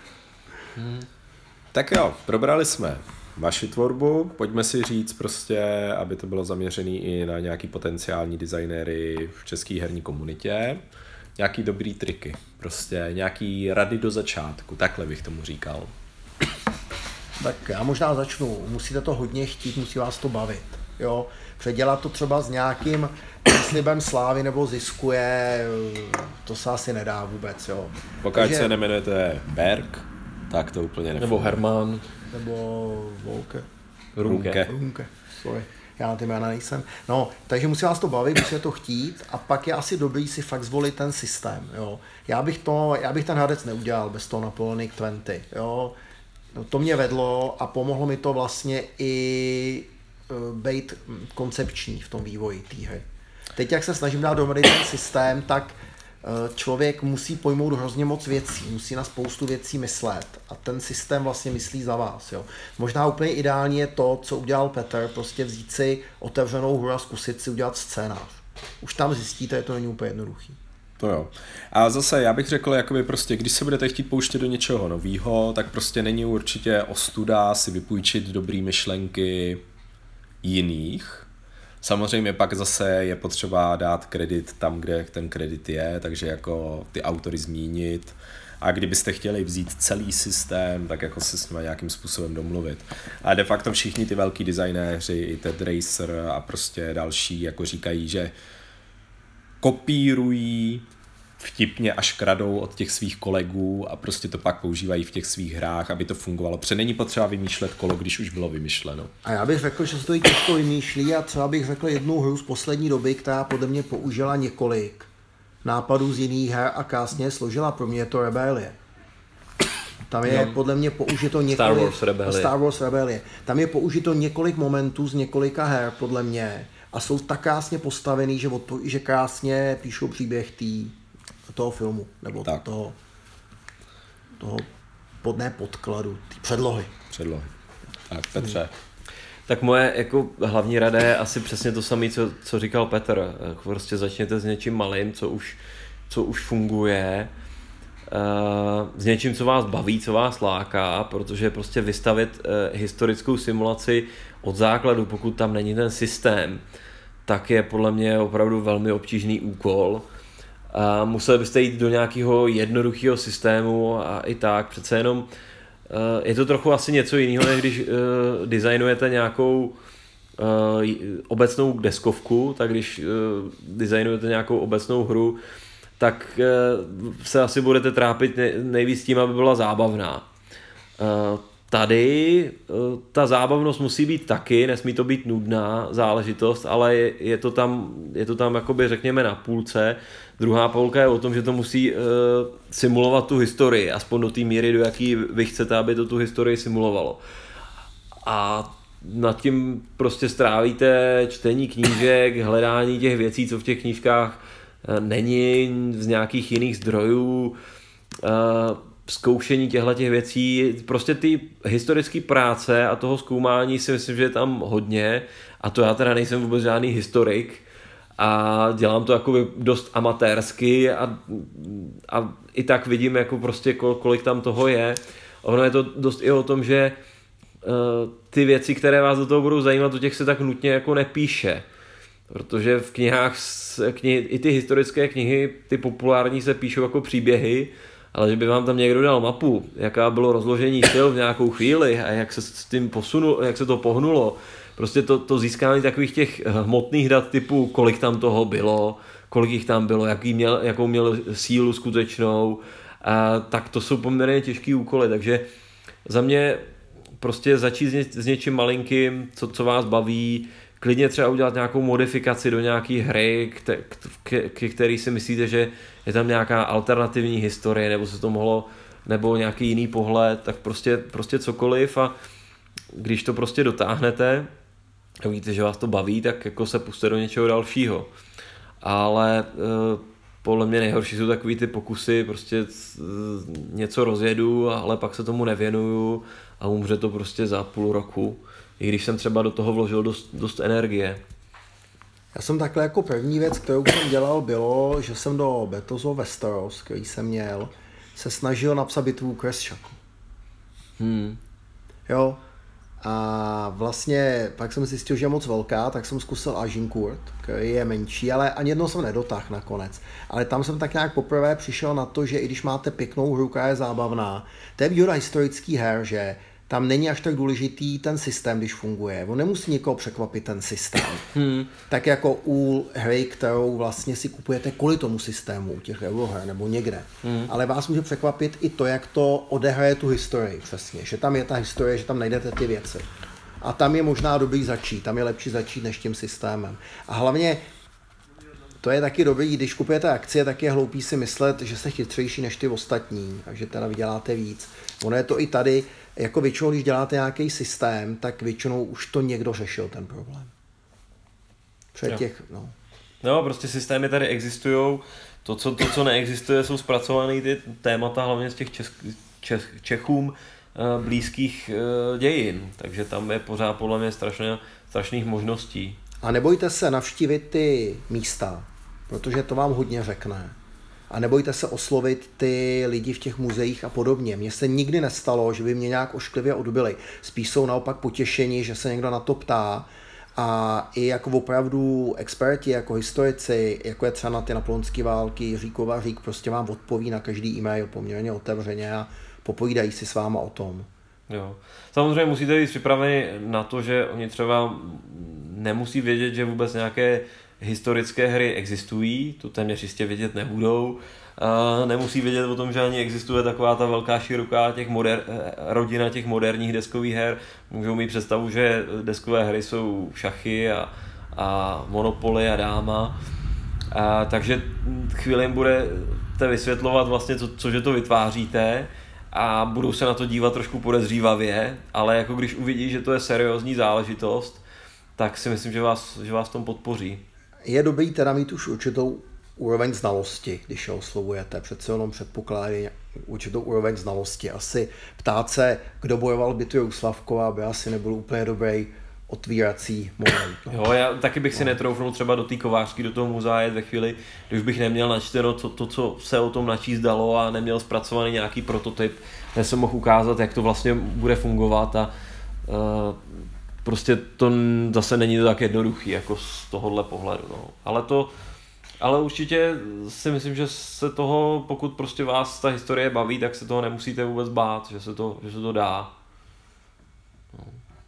Tak jo, probrali jsme vaši tvorbu, pojďme si říct prostě, aby to bylo zaměřené i na nějaký potenciální designéry v české herní komunitě, nějaký dobrý triky, prostě nějaký rady do začátku, takhle bych tomu říkal.
Tak já možná začnu, musíte to hodně chtít, musí vás to bavit, jo, předělat to třeba s nějakým slibem slávy nebo zisku to se asi nedá vůbec, jo.
Pokud se nemenujete Berg, tak to úplně nefunguje.
Nebo Herman.
Nebo Volke.
Runke.
Sorry, já na ty jména nejsem. No, takže musí vás to bavit, musíte to chtít a pak je asi dobrý si fakt zvolit ten systém, jo. Já bych ten hradec neudělal bez toho Napoleonic 20, jo. No, to mě vedlo a pomohlo mi to vlastně i být koncepční v tom vývoji té hry. Teď, jak se snažím dát dohromady ten systém, tak člověk musí pojmout hrozně moc věcí, musí na spoustu věcí myslet a ten systém vlastně myslí za vás. Jo. Možná úplně ideální je to, co udělal Petr, prostě vzít si otevřenou hru a zkusit si udělat scénář. Už tam zjistíte, že to není úplně jednoduchý.
To jo. A zase já bych řekl, jakoby prostě, když se budete chtít pouštět do něčeho novýho, tak prostě není určitě ostuda si vypůjčit dobrý myšlenky jiných. Samozřejmě pak zase je potřeba dát kredit tam, kde ten kredit je, takže jako ty autory zmínit. A kdybyste chtěli vzít celý systém, tak jako se s nimi nějakým způsobem domluvit. A de facto všichni ty velký designéři, i Ted Racer a prostě další, jako říkají, že kopírují vtipně až kradou od těch svých kolegů a prostě to pak používají v těch svých hrách, aby to fungovalo. Protože není potřeba vymýšlet kolo, když už bylo vymyšleno.
A já bych řekl, že se to i těžko vymýšlí a třeba bych řekl jednu hru z poslední doby, která podle mě použila několik nápadů z jiných her a krásně složila. Pro mě je to Rebellie. Tam je podle mě použito několik... Star Wars Rebellie. Tam je použito několik momentů z několika her, podle mě. A jsou tak krásně postavený, že krásně píšou příběh toho filmu. Nebo toho podkladu, té předlohy.
Tak, Petře.
Tak moje jako hlavní rada je asi přesně to samé, co říkal Petr. Prostě začněte s něčím malým, co už funguje, s něčím, co vás baví, co vás láká, protože prostě vystavit historickou simulaci od základu, pokud tam není ten systém, tak je podle mě opravdu velmi obtížný úkol. A museli byste jít do nějakého jednoduchého systému a i tak přece jenom je to trochu asi něco jiného, než když designujete nějakou obecnou deskovku, tak když designujete nějakou obecnou hru, tak se asi budete trápit nejvíc tím, aby byla zábavná. Tady ta zábavnost musí být taky, nesmí to být nudná záležitost, ale je to tam jakoby řekněme na půlce. Druhá půlka je o tom, že to musí simulovat tu historii, aspoň do té míry, do jaký vy chcete, aby to tu historii simulovalo. A nad tím prostě strávíte čtení knížek, hledání těch věcí, co v těch knížkách není, z nějakých jiných zdrojů, zkoušení těchto věcí, prostě ty historické práce a toho zkoumání si myslím, že je tam hodně a to já teda nejsem vůbec žádný historik a dělám to jako dost amatérsky a i tak vidím jako prostě kolik tam toho je. Ono je to dost i o tom, že ty věci, které vás do toho budou zajímat, o těch se tak nutně jako nepíše. Protože v knihách, i ty historické knihy, ty populární se píšou jako příběhy, ale že by vám tam někdo dal mapu, jaká bylo rozložení sil v nějakou chvíli a jak se s tím posunulo, jak se to pohnulo. Prostě to získání takových těch hmotných dat typu, kolik tam toho bylo, kolik jich tam bylo, jakou měl sílu skutečnou, tak to jsou poměrně těžký úkoly, takže za mě prostě začít s něčím malinkým, co vás baví, klidně třeba udělat nějakou modifikaci do nějaké hry, ke který si myslíte, že je tam nějaká alternativní historie, nebo se to mohlo, nebo nějaký jiný pohled, tak prostě cokoliv a když to prostě dotáhnete a vidíte, že vás to baví, tak jako se puste do něčeho dalšího. Ale podle mě nejhorší jsou takový ty pokusy, prostě něco rozjedu, ale pak se tomu nevěnuju a umře to prostě za půl roku. I když jsem třeba do toho vložil dost energie.
Já jsem takhle jako první věc, kterou jsem dělal, bylo, že jsem do Battles of Westeros, který jsem měl, se snažil napsat bitvu u Kresčaku. Jo. A vlastně pak jsem zjistil, že je moc velká, tak jsem zkusil Agincourt, který je menší, ale ani jednou jsem nedotáhl nakonec. Ale tam jsem tak nějak poprvé přišel na to, že i když máte pěknou hru, která je zábavná, to je výhoda historický her, že tam není až tak důležitý ten systém, když funguje. On nemusí někoho překvapit ten systém. Tak jako u hry, kterou vlastně si kupujete kvůli tomu systému, u těch euroher nebo někde. Ale vás může překvapit i to, jak to odehraje tu historii přesně. Že tam je ta historie, že tam najdete ty věci. A tam je možná dobrý začít. Tam je lepší začít než tím systémem. A hlavně to je taky dobrý, když kupujete akcie, tak je hloupý si myslet, že jste chytřejší než ty ostatní, takže teda vyděláte víc. Ono je to i tady, jako většinou, když děláte nějaký systém, tak většinou už to někdo řešil ten problém.
No, prostě systémy tady existujou, to, co neexistuje, jsou zpracované ty témata, hlavně z těch Čechům blízkých dějin, takže tam je pořád podle mě strašných možností.
A nebojte se navštívit ty místa, protože to vám hodně řekne. A nebojte se oslovit ty lidi v těch muzeích a podobně. Mně se nikdy nestalo, že by mě nějak ošklivě odbyli. Spíš jsou naopak potěšení, že se někdo na to ptá. A i jako opravdu experti, jako historici, jako je třeba na ty napoleonské války, Jiří Kovařík, prostě vám odpoví na každý e-mail poměrně otevřeně a popovídají si s váma o tom.
Jo. Samozřejmě musíte být připraveni na to, že oni třeba nemusí vědět, že vůbec nějaké historické hry existují, to téměř jistě vědět nebudou, nemusí vědět o tom, že ani existuje taková ta velká široká rodina těch moderních deskových her. Můžou mít představu, že deskové hry jsou šachy a Monopoly a dáma. Takže chvíli jim budete vysvětlovat vlastně, cože to vytváříte a budou se na to dívat trošku podezřívavě, ale jako když uvidí, že to je seriózní záležitost, tak si myslím, že vás v tom podpoří.
Je dobrý teda mít už určitou úroveň znalosti, když je oslovujete. Přece jenom předpokládají určitou úroveň znalosti. Asi ptát se, kdo bojoval v bitvě u Slavkova, by asi nebyl úplně dobrý otvírací moment. No.
Jo, já taky bych si netroufnul třeba do té kovářky, do toho muzea jet ve chvíli, když bych neměl načteno to, co se o tom načíst dalo a neměl zpracovaný nějaký prototyp, kde jsem mohl ukázat, jak to vlastně bude fungovat a prostě to zase není to tak jednoduchý, jako z tohohle pohledu. No. Ale určitě si myslím, že se toho, pokud prostě vás ta historie baví, tak se toho nemusíte vůbec bát, že se to dá. No.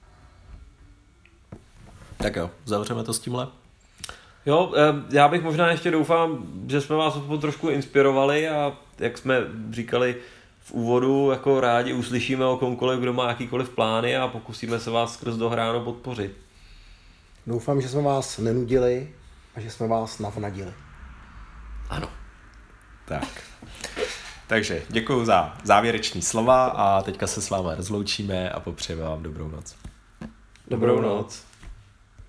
Tak jo, zavřeme to s tímhle.
Jo, já bych možná ještě doufám, že jsme vás trošku inspirovali a jak jsme říkali v úvodu, jako rádi uslyšíme o komkoliv, kdo má jakýkoliv plány a pokusíme se vás skrz Dohráno podpořit.
Doufám, že jsme vás nenudili a že jsme vás navnadili.
Ano.
Tak. Takže děkuji za závěrečný slova a teďka se s vámi rozloučíme a popřejeme vám dobrou noc.
Dobrou noc.